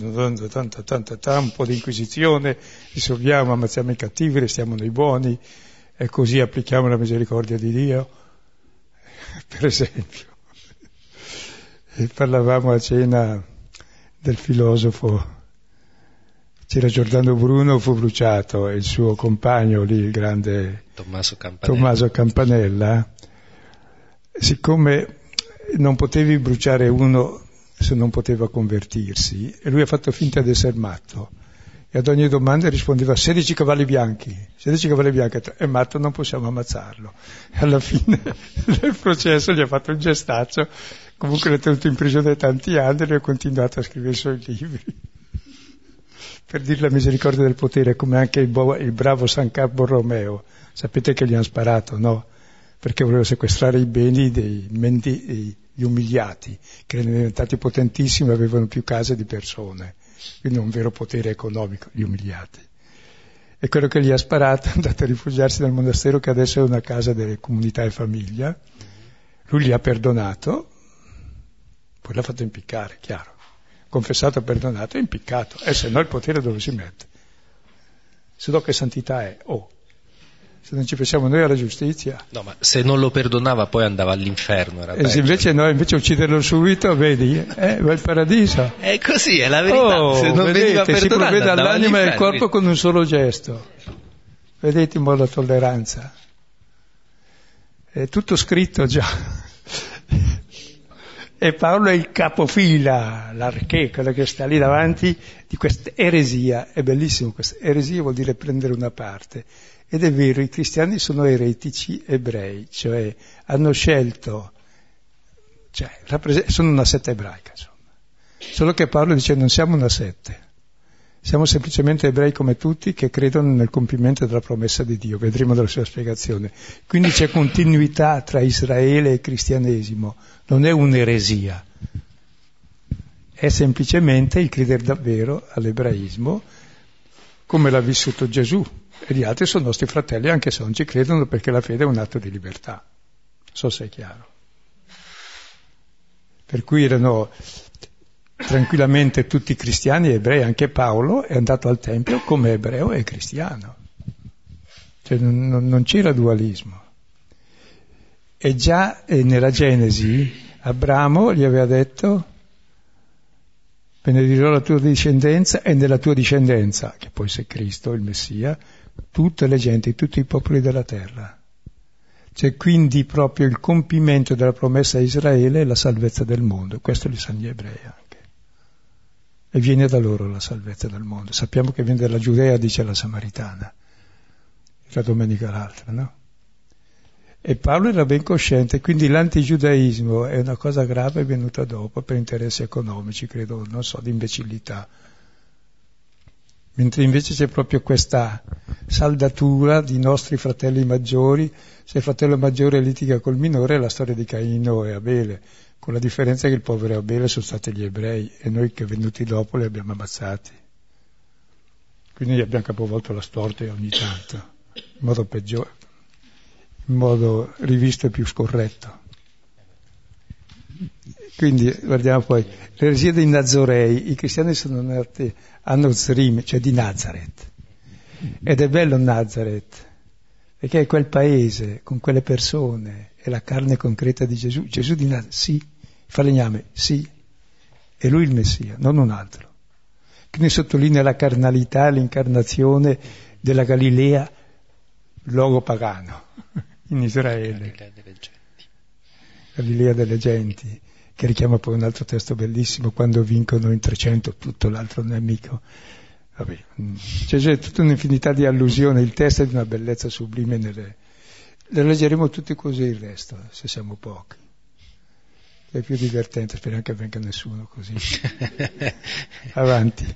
B: un po' di inquisizione, risolviamo, ammazziamo i cattivi, restiamo noi buoni e così applichiamo la misericordia di Dio, per esempio. E parlavamo a cena del filosofo. C'era Giordano Bruno, fu bruciato, e il suo compagno lì, il grande
A: Tommaso Campanella.
B: Tommaso Campanella, siccome non potevi bruciare uno se non poteva convertirsi, e lui ha fatto finta di essere matto, e ad ogni domanda rispondeva sedici cavalli bianchi, sedici cavalli bianchi, è matto, non possiamo ammazzarlo. E alla fine del processo gli ha fatto un gestaccio, comunque l'ha tenuto in prigione tanti anni e lui ha continuato a scrivere i suoi libri. Per dire la misericordia del potere, come anche il, bo- il bravo San Carlo Borromeo. Sapete che gli hanno sparato, no? Perché voleva sequestrare i beni dei mendi- degli umiliati, che erano diventati potentissimi e avevano più case di persone. Quindi un vero potere economico, gli umiliati. E quello che gli ha sparato è andato a rifugiarsi nel monastero, che adesso è una casa delle comunità e famiglia. Lui gli ha perdonato, poi l'ha fatto impiccare, chiaro. Confessato, perdonato e impiccato, e se no il potere dove si mette? Se no che santità è? Oh, se non ci pensiamo noi alla giustizia.
A: No, ma se non lo perdonava poi andava all'inferno, era
B: e se invece no, invece ucciderlo subito, vedi, eh, va al paradiso.
A: È così, è la verità.
B: Oh,
A: se non
B: vedete,
A: veniva perdonato,
B: si provvede all'anima e al corpo
A: quindi.
B: con un solo gesto. Vedete in modo la tolleranza. È tutto scritto già. E Paolo è il capofila, l'arché, quello che sta lì davanti di questa eresia. È bellissimo, questa eresia vuol dire prendere una parte. Ed è vero, i cristiani sono eretici ebrei, cioè hanno scelto, cioè sono una setta ebraica, insomma. Solo che Paolo dice non siamo una setta, siamo semplicemente ebrei come tutti che credono nel compimento della promessa di Dio, vedremo dalla sua spiegazione. Quindi c'è continuità tra Israele e cristianesimo, non è un'eresia, è semplicemente il credere davvero all'ebraismo come l'ha vissuto Gesù, e gli altri sono nostri fratelli anche se non ci credono, perché la fede è un atto di libertà. Non so se è chiaro. Per cui erano tranquillamente tutti cristiani e ebrei, anche Paolo è andato al Tempio come ebreo e cristiano, cioè non, non c'era dualismo. E già eh, nella Genesi Abramo gli aveva detto benedirò la tua discendenza e nella tua discendenza, che poi sei Cristo, il Messia, tutte le genti, tutti i popoli della terra. C'è quindi proprio il compimento della promessa a Israele e la salvezza del mondo. Questo li sanno gli ebrei anche. E viene da loro la salvezza del mondo. Sappiamo che viene dalla Giudea, dice la Samaritana, la domenica l'altra, no? E Paolo era ben cosciente, quindi l'antigiudaismo è una cosa grave venuta dopo per interessi economici, credo, non so, di imbecillità. Mentre invece c'è proprio questa saldatura di nostri fratelli maggiori. Se il fratello maggiore litiga col minore è la storia di Caino e Abele, con la differenza che il povero Abele sono stati gli ebrei e noi che venuti dopo li abbiamo ammazzati. Quindi gli abbiamo capovolto la storia ogni tanto, in modo peggiore, in modo rivisto e più scorretto. Quindi guardiamo poi l'eresia dei Nazorei. I cristiani sono nati a Nozrim, cioè di Nazareth, ed è bello Nazareth perché è quel paese con quelle persone, è la carne concreta di Gesù. Gesù di Nazareth, sì, falegname, sì, è lui il Messia, non un altro. Quindi sottolinea la carnalità, l'incarnazione della Galilea, luogo pagano in Israele,
A: Galilea delle genti.
B: Galilea delle genti, che richiama poi un altro testo bellissimo, quando vincono in trecento tutto, l'altro nemico Vabbè, c'è, c'è tutta un'infinità di allusioni, il testo è di una bellezza sublime, nelle... le leggeremo tutti così il resto, se siamo pochi. È più divertente, speriamo che venga nessuno così. Avanti.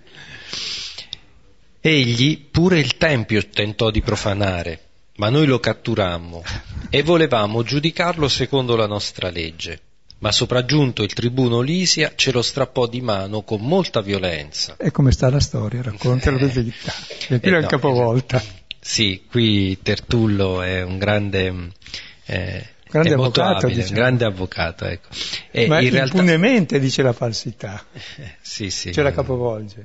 A: Egli pure il tempio tentò di profanare, ma noi lo catturammo e volevamo giudicarlo secondo la nostra legge. Ma sopraggiunto il tribuno Lisia ce lo strappò di mano con molta violenza.
B: E come sta la storia? Raccontalo di verità. E qui è un capovolta.
A: Sì, qui Tertullo è un grande, eh,
B: grande
A: è molto
B: avvocato,
A: abile,
B: diciamo.
A: un grande avvocato, ecco. E
B: ma
A: in
B: impunemente
A: realtà...
B: dice la falsità.
A: Eh, sì, sì.
B: Ce la capovolge.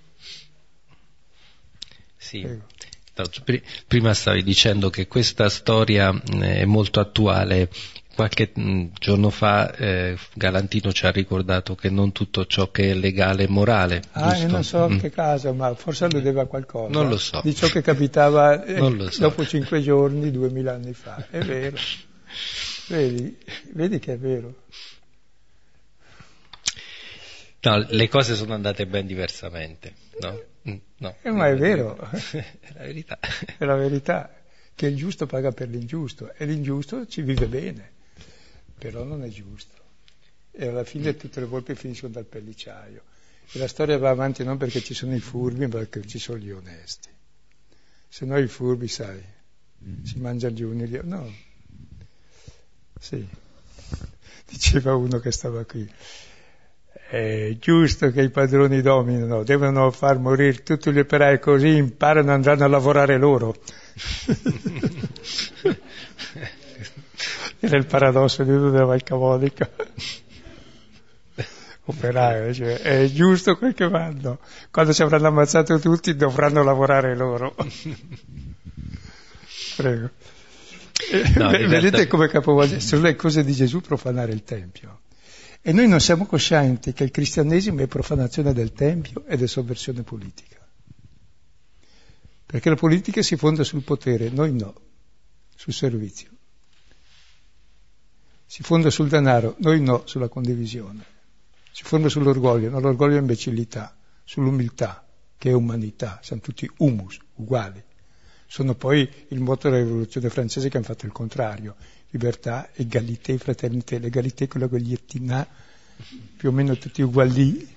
A: Sì. No, prima stavi dicendo che questa storia è molto attuale. Qualche mh, giorno fa eh, Galantino ci ha ricordato che non tutto ciò che è legale è morale.
B: Ah,
A: giusto?
B: io non so
A: mm.
B: che caso, ma forse alludeva a qualcosa.
A: Non lo so.
B: Di ciò che capitava eh,
A: non lo so.
B: dopo cinque giorni, duemila anni fa. È vero. Vedi, vedi che è vero.
A: No, le cose sono andate ben diversamente. No? No,
B: eh, ma è vero.
A: È la verità.
B: È la verità. Che il giusto paga per l'ingiusto e l'ingiusto ci vive bene. Però non è giusto. E alla fine tutte le volpe finiscono dal pellicciaio. E la storia va avanti non perché ci sono i furbi, ma perché ci sono gli onesti. Se no i furbi, sai, si mangiano gli uni gli... No. Sì. Diceva uno che stava qui. È giusto che i padroni dominino, devono far morire tutti gli operai così imparano e andranno a lavorare loro. Era il paradosso di tutta la Valcamonica. Operaio, cioè, è giusto quel che vanno. Quando ci avranno ammazzato tutti dovranno lavorare loro. Prego. No, vedete realtà... come capovolge sono le cose di Gesù profanare il Tempio. E noi non siamo coscienti che il cristianesimo è profanazione del Tempio ed è sovversione politica. Perché la politica si fonda sul potere, noi no, sul servizio. Si fonda sul denaro, noi no, sulla condivisione. Si fonda sull'orgoglio, no, l'orgoglio è imbecillità, sull'umiltà, che è umanità, siamo tutti humus, uguali. Sono poi il motto della rivoluzione francese che hanno fatto il contrario, libertà, egalité, fraternité, l'egalité è quella con gli ettinà, più o meno tutti uguali.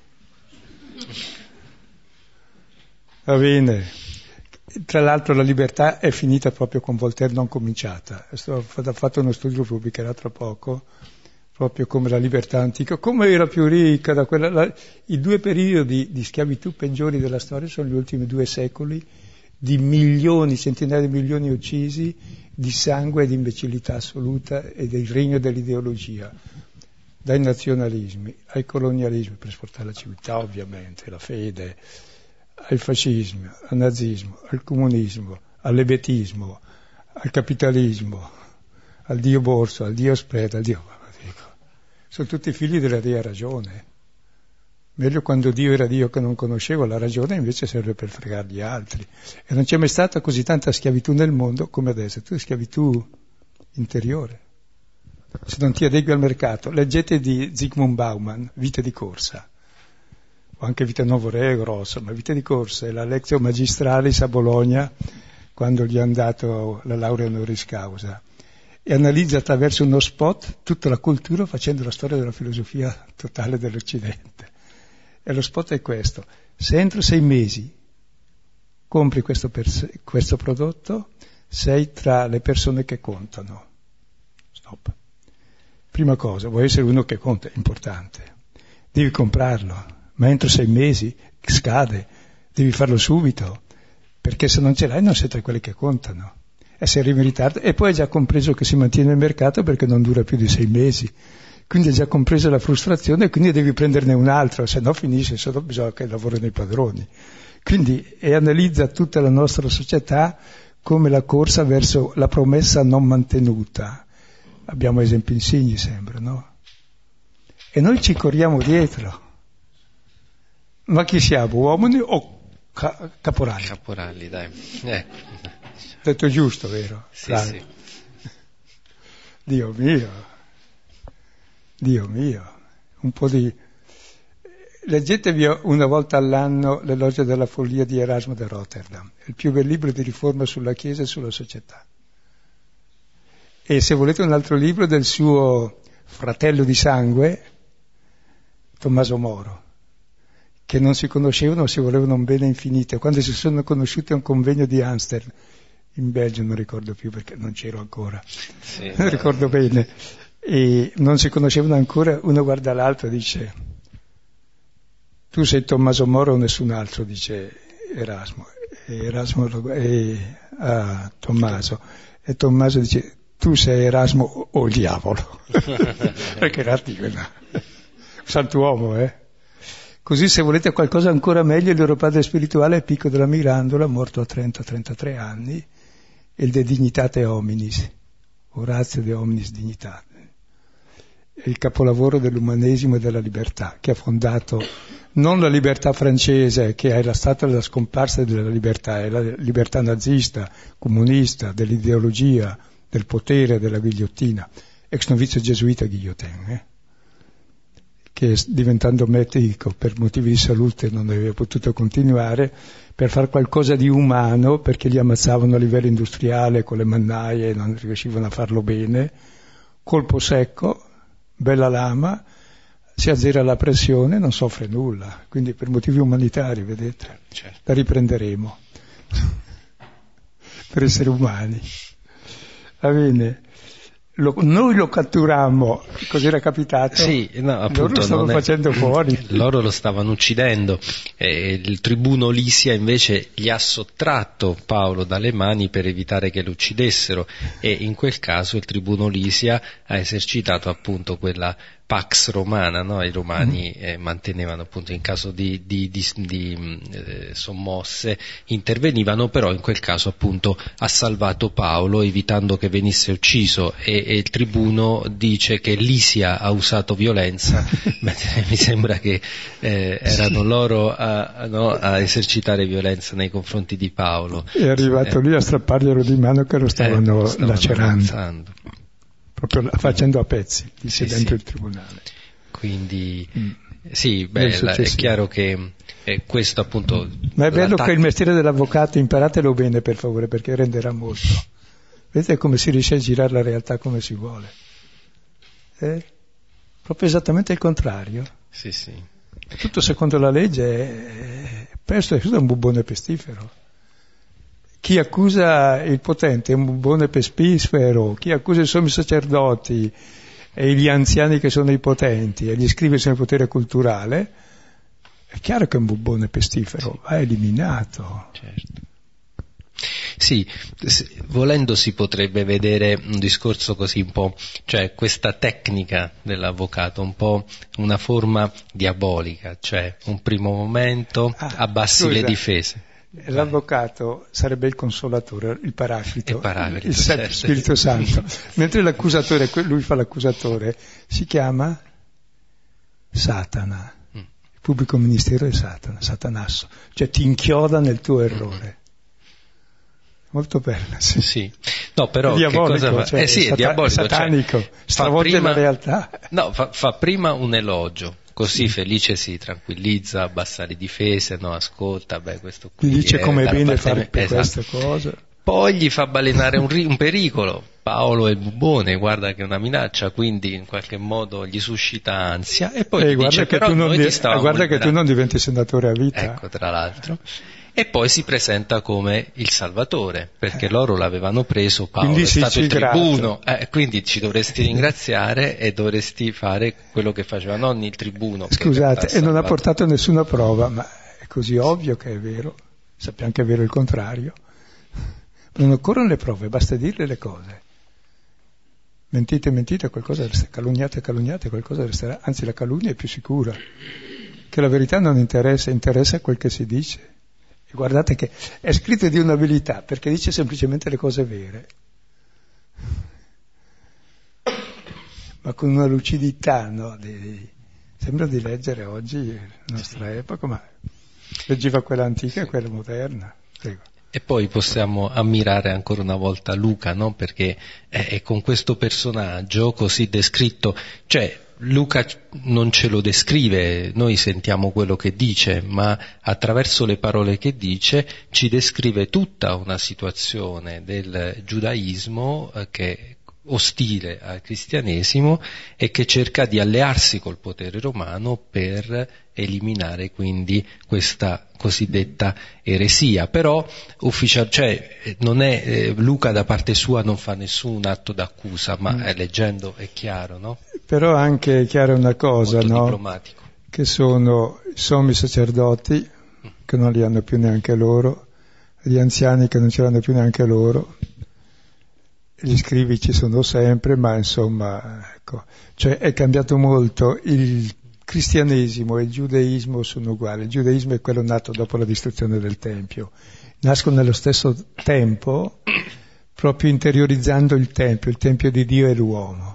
B: Va bene. Tra l'altro la libertà è finita proprio con Voltaire, non cominciata. Ho fatto uno studio, lo pubblicherà tra poco, proprio come la libertà antica, come era più ricca da quella... La, i due periodi di schiavitù peggiori della storia sono gli ultimi due secoli, di milioni, centinaia di milioni uccisi, di sangue e di imbecillità assoluta e del regno dell'ideologia, dai nazionalismi ai colonialismi per esportare la civiltà, ovviamente, la fede, al fascismo, al nazismo, al comunismo, all'ebetismo, al capitalismo, al dio borso, al dio spread, al dio... Dico, sono tutti figli della Dea ragione. Meglio quando Dio era Dio che non conoscevo, la ragione invece serve per fregare gli altri. E non c'è mai stata così tanta schiavitù nel mondo come adesso. Tu hai schiavitù interiore. Se non ti adegui al mercato, leggete di Zygmunt Bauman, Vite di corsa. O anche Vita Nuovo Re, grosso, ma Vita di corsa è la Lectio Magistralis a Bologna, quando gli hanno dato la laurea honoris causa. E analizza attraverso uno spot tutta la cultura facendo la storia della filosofia totale dell'Occidente. E lo spot è questo: se entro sei mesi compri questo, pers- questo prodotto, sei tra le persone che contano. Stop. Prima cosa, vuoi essere uno che conta, è importante. Devi comprarlo, ma entro sei mesi scade, devi farlo subito, perché se non ce l'hai non sei tra quelli che contano. E se arrivi in ritardo, e poi hai già compreso che si mantiene il mercato perché non dura più di sei mesi. Quindi hai già compreso la frustrazione e quindi devi prenderne un altro, se no finisce, se no bisogna che lavorino i padroni. Quindi e analizza tutta la nostra società come la corsa verso la promessa non mantenuta. Abbiamo esempi insigni, sembra, no? E noi ci corriamo dietro. Ma chi siamo, uomini o ca- caporali?
A: Caporali, dai. Eh.
B: Detto giusto, vero?
A: Sì, sì.
B: Dio mio. Dio mio, un po' di... leggetevi una volta all'anno l'Elogio della follia di Erasmo da Rotterdam, il più bel libro di riforma sulla Chiesa e sulla società. E se volete un altro libro del suo fratello di sangue, Tommaso Moro, che non si conoscevano, si volevano un bene infinito. Quando si sono conosciuti a un convegno di Amsterdam, in Belgio, non ricordo più perché non c'ero ancora, sì, non ricordo bene, e non si conoscevano ancora, uno guarda l'altro e dice: tu sei Tommaso Moro o nessun altro, dice Erasmo, e Erasmo lo, e, ah, Tommaso, e Tommaso dice: tu sei Erasmo o il diavolo, perché era un santuomo, eh? Così, se volete qualcosa ancora meglio, il loro padre spirituale è Pico della Mirandola, morto a trenta trentatré anni, e il De Dignitate Hominis, Orazio de Hominis Dignitate, è il capolavoro dell'umanesimo e della libertà, che ha fondato non la libertà francese, che era stata la scomparsa della libertà, è la libertà nazista, comunista, dell'ideologia, del potere, della ghigliottina, ex novizio gesuita Guillotin, eh? che diventando medico per motivi di salute non aveva potuto continuare, per fare qualcosa di umano, perché li ammazzavano a livello industriale con le mannaie e non riuscivano a farlo bene, colpo secco, bella lama, si azzera la pressione, non soffre nulla, quindi per motivi umanitari, vedete, certo. La riprenderemo per essere umani. Va bene. Lo, noi lo catturammo, così era capitato,
A: sì, no, appunto,
B: loro lo stavano facendo è... fuori.
A: Loro lo stavano uccidendo, e il tribuno Lisia invece gli ha sottratto Paolo dalle mani per evitare che lo uccidessero, e in quel caso il tribuno Lisia ha esercitato appunto quella pax romana, no? I romani eh, mantenevano appunto in caso di, di, di, di eh, sommosse, intervenivano, però in quel caso appunto ha salvato Paolo evitando che venisse ucciso, e, e il tribuno dice che Lisia ha usato violenza, mentre mi sembra che eh, erano loro a, no, a esercitare violenza nei confronti di Paolo.
B: È arrivato eh, lì a strapparglielo di mano che lo stavano, eh, stavano lacerando. Avanzando. Proprio facendo a pezzi, disse sì, dentro sì. Il tribunale.
A: Quindi, mm. sì, beh, la, è chiaro che eh, questo appunto...
B: Ma è bello che il mestiere dell'avvocato, imparatelo bene per favore, perché renderà molto. Vedete come si riesce a girare la realtà come si vuole. Eh? Proprio esattamente il contrario.
A: Sì, sì.
B: Tutto secondo la legge è, questo è un bubbone pestifero. Chi accusa il potente è un bubbone pestifero, chi accusa i sommi sacerdoti e gli anziani che sono i potenti e gli scrive sul potere culturale, è chiaro che è un bubbone pestifero, va eliminato.
A: Certo. Sì, volendo si potrebbe vedere un discorso così un po', cioè questa tecnica dell'avvocato, un po' una forma diabolica, cioè un primo momento, ah, abbassi scusa. Le difese.
B: L'avvocato sarebbe il consolatore, il paraclito, il,
A: paraclito,
B: il certo. Spirito Santo, mentre l'accusatore, lui fa l'accusatore, si chiama Satana, mm. Il pubblico ministero è Satana, Satanasso, cioè ti inchioda nel tuo errore. Molto bella, sì.
A: sì. No, però
B: è diabolico,
A: che cosa fa?
B: Cioè,
A: eh sì, è
B: sata-
A: diabolico,
B: satanico,
A: cioè,
B: stravolge
A: prima,
B: la realtà.
A: No, fa, fa prima un elogio. Così sì. Felice si tranquillizza, abbassa le difese, no, ascolta, beh, questo qui
B: gli dice
A: è
B: come è bene fare
A: me... esatto.
B: Queste cose.
A: Poi gli fa balenare un, ri... un pericolo. Paolo è il bubbone, guarda che è una minaccia, quindi in qualche modo gli suscita ansia, e poi
B: eh,
A: gli
B: guarda
A: dice
B: che
A: però
B: tu non
A: noi
B: di...
A: ti stavamo
B: guarda
A: liberando.
B: che tu non diventi senatore a vita.
A: Ecco, tra l'altro. E poi si presenta come il Salvatore, perché eh. loro l'avevano preso, Paolo quindi è stato il tribuno, eh, quindi ci dovresti ringraziare e dovresti fare quello che faceva, non il tribuno.
B: Scusate, e non ha portato nessuna prova, ma è così ovvio che è vero, sappiamo che è vero il contrario. Non occorrono le prove, basta dirle le cose. Mentite, mentite, qualcosa resterà, calunniate, calunniate, qualcosa resterà, anzi la calunnia è più sicura, che la verità non interessa, interessa quel che si dice. E guardate che è scritto di un'abilità, perché dice semplicemente le cose vere, ma con una lucidità, no? Di, di, sembra di leggere oggi la nostra epoca, ma leggeva quella antica e quella moderna. Prego.
A: E poi possiamo ammirare ancora una volta Luca, no? Perché è, è con questo personaggio così descritto, cioè Luca non ce lo descrive, noi sentiamo quello che dice, ma attraverso le parole che dice ci descrive tutta una situazione del giudaismo eh, che è ostile al cristianesimo e che cerca di allearsi col potere romano per eliminare quindi questa cosiddetta eresia. Però ufficial, cioè, non è, eh, Luca da parte sua non fa nessun atto d'accusa, ma mm. eh, leggendo è chiaro, no?
B: Però anche è chiara una cosa,
A: molto
B: no?
A: diplomatico.
B: Che sono i sommi sacerdoti, che non li hanno più neanche loro, gli anziani che non ce l'hanno più neanche loro, gli scrivi ci sono sempre, ma insomma, ecco, cioè è cambiato molto. Il cristianesimo e il giudaismo sono uguali. Il giudaismo è quello nato dopo la distruzione del Tempio. Nascono nello stesso tempo, proprio interiorizzando il Tempio. Il Tempio di Dio è l'uomo.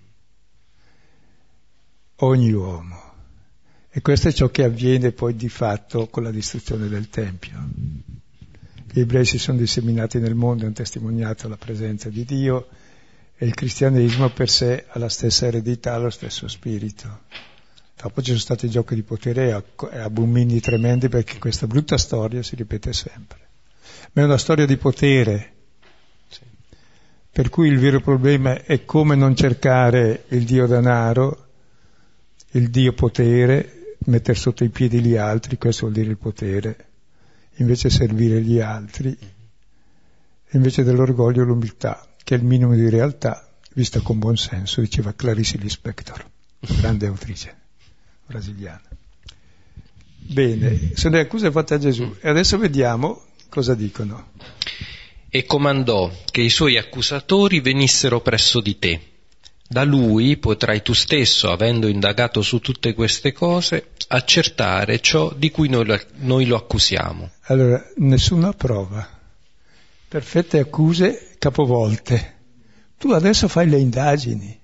B: Ogni uomo. E questo è ciò che avviene poi di fatto con la distruzione del Tempio. Gli ebrei si sono disseminati nel mondo e hanno testimoniato la presenza di Dio, e il cristianesimo per sé ha la stessa eredità, lo stesso spirito. Dopo ci sono stati giochi di potere e abomini tremendi, perché questa brutta storia si ripete sempre. Ma è una storia di potere, per cui il vero problema è come non cercare il Dio denaro, il Dio potere, mettere sotto i piedi gli altri, questo vuol dire il potere, invece servire gli altri, e invece dell'orgoglio l'umiltà, che è il minimo di realtà, vista con buon senso, diceva Clarice Lispector, grande autrice brasiliana. Bene, sono le accuse fatte a Gesù, e adesso vediamo cosa dicono.
A: E comandò che i suoi accusatori venissero presso di te. Da lui potrai tu stesso, avendo indagato su tutte queste cose, accertare ciò di cui noi lo, noi lo accusiamo.
B: Allora, nessuna prova, perfette accuse capovolte. Tu adesso fai le indagini.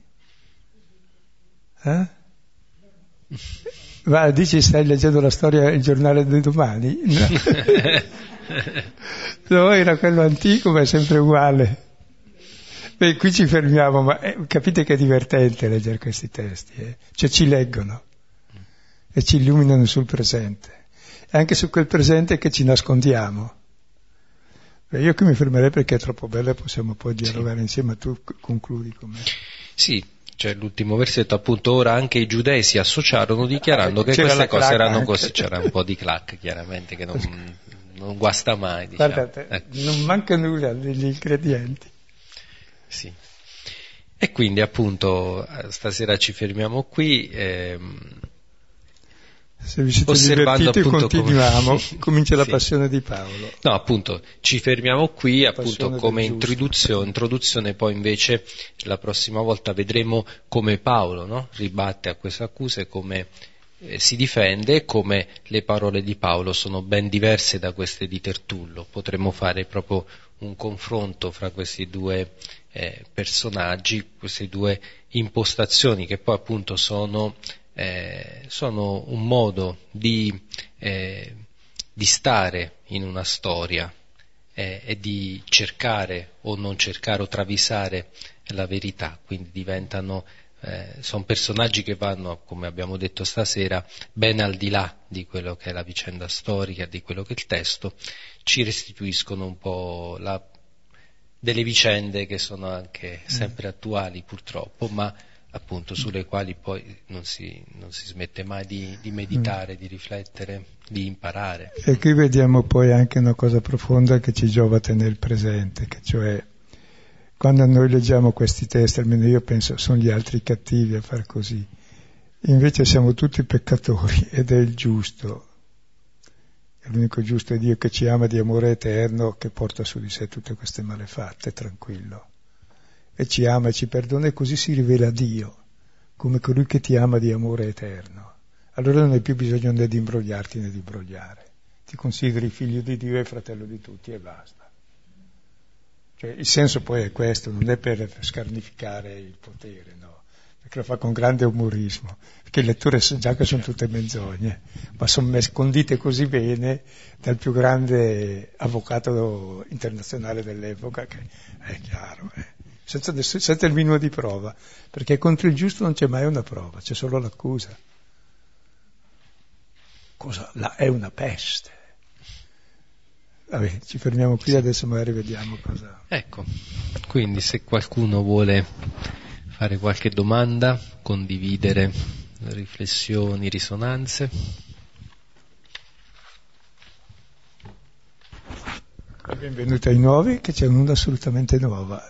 B: Eh? Va, dici stai leggendo la storia, il giornale di domani? No, no, era quello antico, ma è sempre uguale. Beh, qui ci fermiamo, ma eh, capite che è divertente leggere questi testi, eh? Cioè ci leggono e ci illuminano sul presente, e anche su quel presente che ci nascondiamo. Beh, io qui mi fermerei perché è troppo bello e possiamo poi dialogare sì. insieme, tu concludi con me.
A: Sì, cioè l'ultimo versetto appunto, ora anche i giudei si associarono dichiarando ah, che queste cose erano anche. Così, c'era un po' di clac chiaramente che non, non guasta mai, diciamo.
B: Guardate,
A: ecco.
B: Non manca nulla degli ingredienti.
A: Sì. E quindi appunto stasera ci fermiamo qui. Ehm,
B: Se vi siete divertiti continuiamo, come... comincia la sì. passione di Paolo.
A: No, appunto, ci fermiamo qui appunto come introduzione, introduzione, poi invece la prossima volta vedremo come Paolo, no? ribatte a queste accuse, come eh, si difende, come le parole di Paolo sono ben diverse da queste di Tertullo. Potremmo fare proprio un confronto fra questi due eh, personaggi, queste due impostazioni che poi appunto sono, eh, sono un modo di, eh, di stare in una storia eh, e di cercare o non cercare o travisare la verità, quindi diventano eh, sono personaggi che vanno, come abbiamo detto stasera, ben al di là di quello che è la vicenda storica, di quello che è il testo, ci restituiscono un po' la, delle vicende che sono anche sempre attuali purtroppo, ma appunto sulle quali poi non si, non si smette mai di, di meditare, di riflettere, di imparare.
B: E qui vediamo poi anche una cosa profonda che ci giova tenere presente, che cioè quando noi leggiamo questi testi, almeno io penso, sono gli altri cattivi a far così, invece siamo tutti peccatori ed è il giusto, è l'unico giusto è Dio che ci ama di amore eterno, che porta su di sé tutte queste malefatte, tranquillo, e ci ama e ci perdona, e così si rivela Dio come colui che ti ama di amore eterno. Allora non hai più bisogno né di imbrogliarti né di imbrogliare, ti consideri figlio di Dio e fratello di tutti e basta. Cioè, il senso poi è questo, non è per scarnificare il potere, no, perché lo fa con grande umorismo, perché le letture già che sono tutte menzogne, ma sono scondite così bene dal più grande avvocato internazionale dell'epoca, che è chiaro, eh. senza, ness- senza il minimo di prova, perché contro il giusto non c'è mai una prova, c'è solo l'accusa. Cosa? La, è una peste. Vabbè, ci fermiamo qui, adesso magari vediamo cosa...
A: Ecco, quindi se qualcuno vuole fare qualche domanda, condividere riflessioni, risonanze.
B: Benvenuti ai nuovi, che c'è un'onda assolutamente nuova.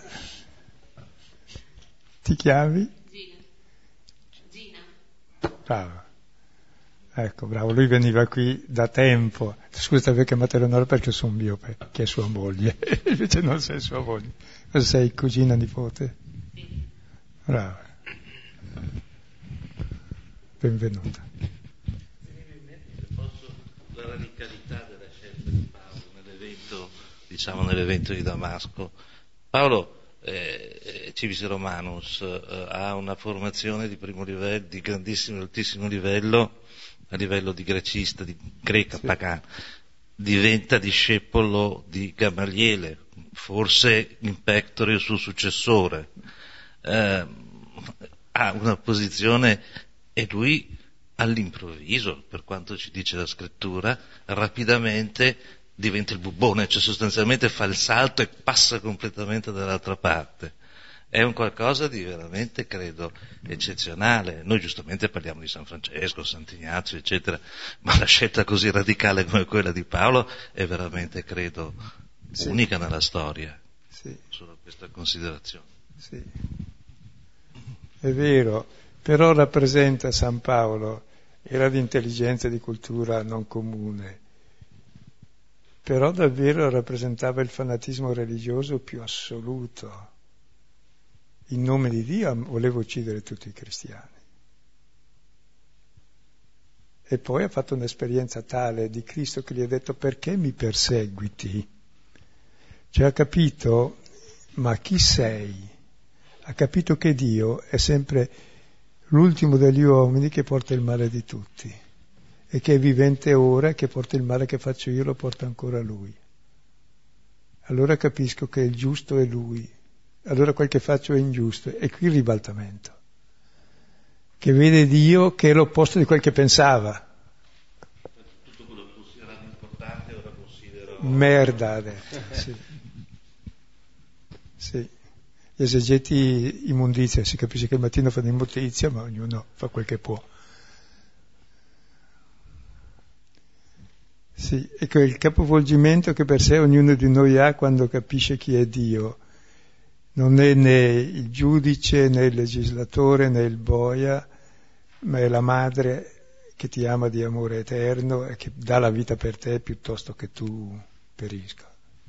B: Ti chiami?
C: Gina. Gina.
B: Bravo. Ecco, bravo, lui veniva qui da tempo. Scusa, avevo chiamato Eleonora perché sono miope, che è sua moglie, invece non sei sua moglie. Cosa sei, cugina, nipote?
C: Sì.
B: Bravo. Benvenuta.
D: Posso, la radicalità della scelta di Paolo nell'evento, diciamo nell'evento di Damasco. Paolo, eh, Civis Romanus, eh, ha una formazione di primo livello, di grandissimo, altissimo livello, a livello di grecista, di greca, sì, pagana, diventa discepolo di Gamaliele, forse in pectore il suo successore, eh, ha una posizione, e lui all'improvviso, per quanto ci dice la scrittura, rapidamente diventa il bubbone, cioè sostanzialmente fa il salto e passa completamente dall'altra parte. È un qualcosa di veramente, credo, eccezionale. Noi giustamente parliamo di San Francesco, Sant'Ignazio, eccetera, ma la scelta così radicale come quella di Paolo è veramente, credo, sì, unica nella storia.
B: Sì.
D: Solo questa considerazione.
B: Sì. È vero, però rappresenta San Paolo, era di intelligenza e di cultura non comune, però davvero rappresentava il fanatismo religioso più assoluto. In nome di Dio voleva uccidere tutti i cristiani. E poi ha fatto un'esperienza tale di Cristo che gli ha detto: perché mi perseguiti? Cioè ha capito, ma chi sei? Ha capito che Dio è sempre l'ultimo degli uomini che porta il male di tutti e che è vivente ora e che porta il male che faccio io lo porta ancora Lui. Allora capisco che il giusto è Lui. Allora quel che faccio è ingiusto. E qui il ribaltamento, che vede Dio che è l'opposto di quel che pensava.
D: Tutto quello che consideravo importante ora considero
B: merda, ha detto. Sì. Sì. Gli esegeti immondizia, si capisce che il mattino fanno immondizia, ma ognuno fa quel che può. Sì, ecco il capovolgimento che per sé ognuno di noi ha quando capisce chi è Dio. Non è né il giudice, né il legislatore, né il boia, ma è la madre che ti ama di amore eterno e che dà la vita per te piuttosto che tu perisca.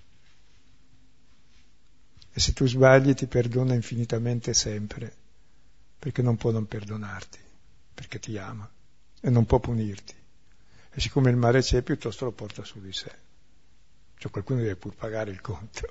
B: E se tu sbagli ti perdona infinitamente sempre, perché non può non perdonarti, perché ti ama e non può punirti. E siccome il male c'è, piuttosto lo porta su di sé. Cioè qualcuno deve pur pagare il conto.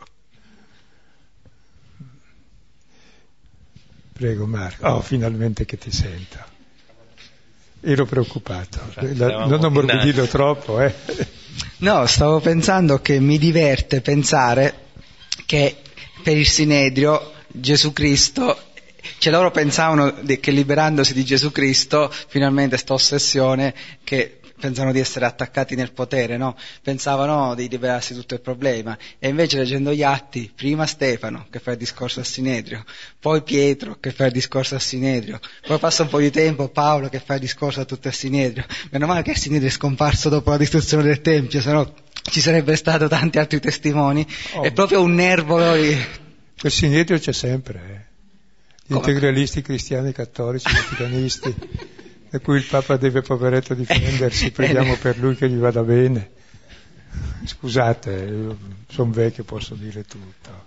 B: Prego Marco. Oh, finalmente che ti sento. Ero preoccupato. La, non ammorbidirlo troppo, eh.
E: No, stavo pensando che mi diverte pensare che per il Sinedrio Gesù Cristo, cioè loro pensavano che liberandosi di Gesù Cristo, finalmente sta ossessione che pensano di essere attaccati nel potere, no? Pensavano di liberarsi tutto il problema, e invece leggendo gli atti, prima Stefano che fa il discorso al Sinedrio, poi Pietro che fa il discorso al Sinedrio, poi passa un po' di tempo Paolo che fa il discorso a tutto il Sinedrio. Meno male che il Sinedrio è scomparso dopo la distruzione del Tempio, se no ci sarebbe stato tanti altri testimoni. Oh. È proprio un nervo di...
B: Quel Sinedrio c'è sempre, eh. Gli Come? Integralisti cristiani, cattolici, vaticanisti, da cui il Papa deve, poveretto, difendersi, preghiamo per lui che gli vada bene. Scusate, io sono vecchio, posso dire tutto.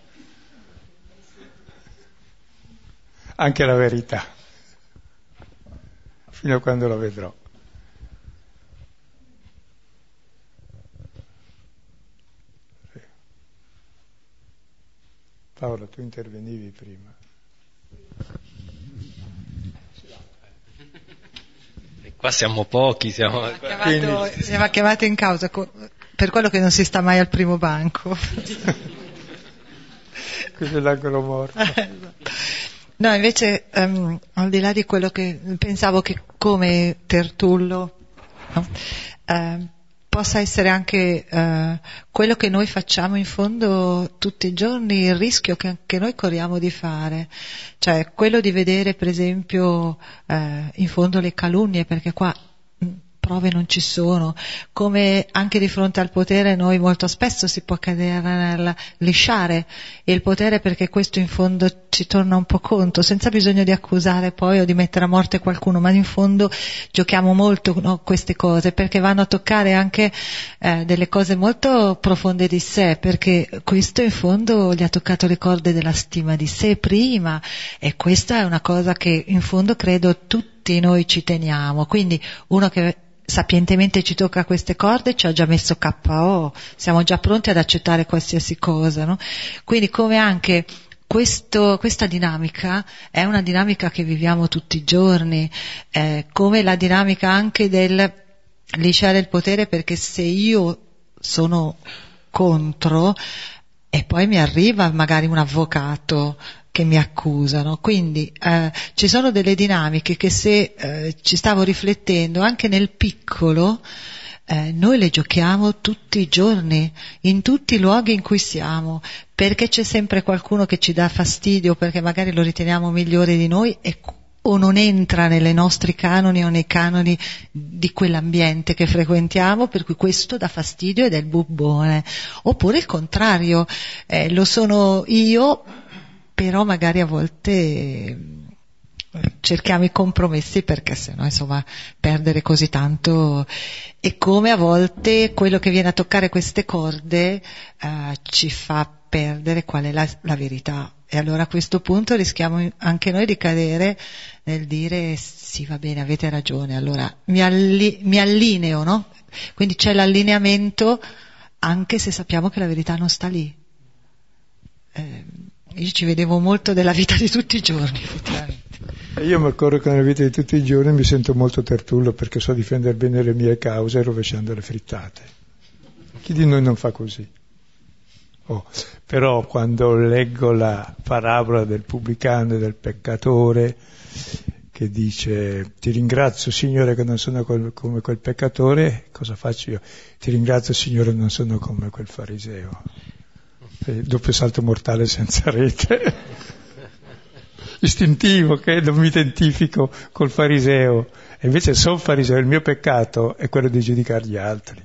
B: Anche la verità, fino a quando la vedrò. Paolo, tu intervenivi prima.
A: Qua siamo pochi, siamo...
F: Chiamato, siamo chiamati in causa per quello che non si sta mai al primo banco.
B: Questo è l'angolo morto.
F: No, invece, um, al di là di quello che pensavo che come Tertullo, no? uh, possa essere anche uh, quello che noi facciamo in fondo tutti i giorni, il rischio che anche noi corriamo di fare, cioè quello di vedere per esempio uh, in fondo le calunnie, perché qua prove non ci sono, come anche di fronte al potere noi molto spesso si può cadere nel lisciare il potere, perché questo in fondo ci torna un po' conto, senza bisogno di accusare poi o di mettere a morte qualcuno, ma in fondo giochiamo molto, no, queste cose, perché vanno a toccare anche eh, delle cose molto profonde di sé, perché questo in fondo gli ha toccato le corde della stima di sé prima, e questa è una cosa che in fondo credo tutti noi ci teniamo, quindi uno che sapientemente ci tocca queste corde ci ha già messo K O, siamo già pronti ad accettare qualsiasi cosa, no? Quindi come anche questo, questa dinamica è una dinamica che viviamo tutti i giorni, eh, come la dinamica anche del lisciare il potere, perché se io sono contro e poi mi arriva magari un avvocato che mi accusano, quindi eh, ci sono delle dinamiche che se eh, ci stavo riflettendo anche nel piccolo, eh, noi le giochiamo tutti i giorni, in tutti i luoghi in cui siamo, perché c'è sempre qualcuno che ci dà fastidio, perché magari lo riteniamo migliore di noi e o non entra nei nostri canoni o nei canoni di quell'ambiente che frequentiamo, per cui questo dà fastidio ed è il bubbone, oppure il contrario, eh, lo sono io, però magari a volte cerchiamo i compromessi, perché sennò insomma perdere così tanto, e come a volte quello che viene a toccare queste corde eh, ci fa perdere qual è la, la verità, e allora a questo punto rischiamo anche noi di cadere nel dire sì, va bene, avete ragione, allora mi, alli- mi allineo, no? Quindi c'è l'allineamento anche se sappiamo che la verità non sta lì. eh, Io ci vedevo molto della vita di tutti i giorni, effettivamente.
B: Io mi accorgo che nella vita di tutti i giorni mi sento molto Tertullo, perché so difendere bene le mie cause rovesciando le frittate. Chi di noi non fa così? Oh, però quando leggo la parabola del pubblicano e del peccatore, che dice ti ringrazio Signore che non sono quel, come quel peccatore, cosa faccio io? Ti ringrazio Signore che non sono come quel fariseo. Doppio salto mortale senza rete, istintivo, che non mi identifico col fariseo, e invece sono fariseo, il mio peccato è quello di giudicare gli altri,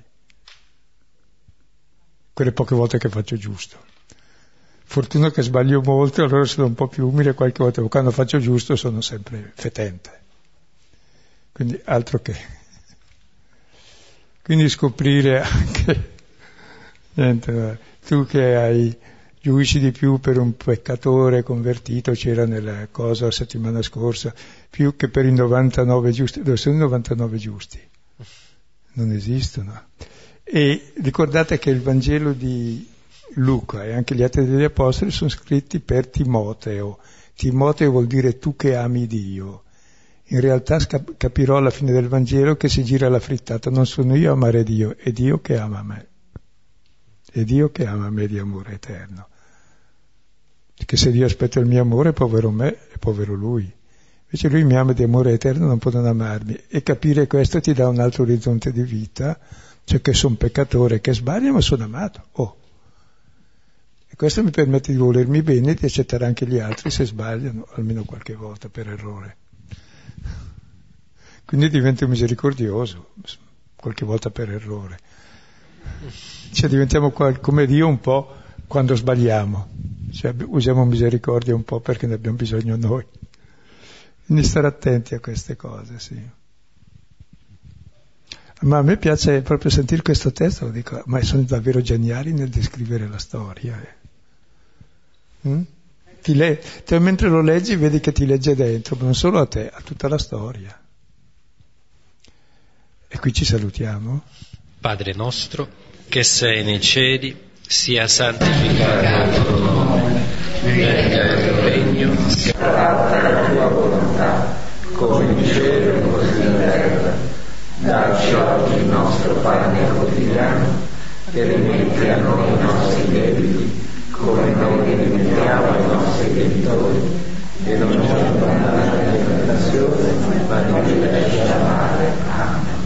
B: quelle poche volte che faccio giusto. Fortuna che sbaglio molto, allora sono un po' più umile qualche volta, ma quando faccio giusto sono sempre fetente, quindi altro che. Quindi scoprire anche niente, tu che hai giudici di più per un peccatore convertito, c'era nella cosa la settimana scorsa, più che per i novantanove giusti. Dove sono i novantanove giusti? Non esistono. E ricordate che il Vangelo di Luca e anche gli Atti degli Apostoli sono scritti per Timoteo. Timoteo vuol dire tu che ami Dio. In realtà capirò alla fine del Vangelo che si gira la frittata, non sono io a amare Dio, è Dio che ama me. È Dio che ama me di amore eterno. Che se Dio aspetta il mio amore, povero me e povero Lui. Invece Lui mi ama di amore eterno, non può non amarmi. E capire questo ti dà un altro orizzonte di vita, cioè che sono peccatore, che sbaglio, ma sono amato. Oh. E questo mi permette di volermi bene e di accettare anche gli altri se sbagliano, almeno qualche volta per errore. Quindi divento misericordioso, qualche volta per errore. Cioè diventiamo come Dio un po' quando sbagliamo, cioè, usiamo misericordia un po' perché ne abbiamo bisogno noi. Quindi stare attenti a queste cose, sì. Ma a me piace proprio sentire questo testo, lo dico, ma sono davvero geniali nel descrivere la storia. Eh. Mm? Ti le... Te, mentre lo leggi vedi che ti legge dentro, ma non solo a te, a tutta la storia. E qui ci salutiamo.
A: Padre nostro, che sei nei cieli, sia santificato il tuo nome, venga il tuo regno, sia fatta la tua volontà, come in cielo così in terra. Dacci oggi il nostro pane quotidiano, e rimetti a noi i nostri debiti,
G: come noi rimettiamo ai nostri debitori, e non ci abbandonare alla tentazione, ma liberaci dal male. Amen.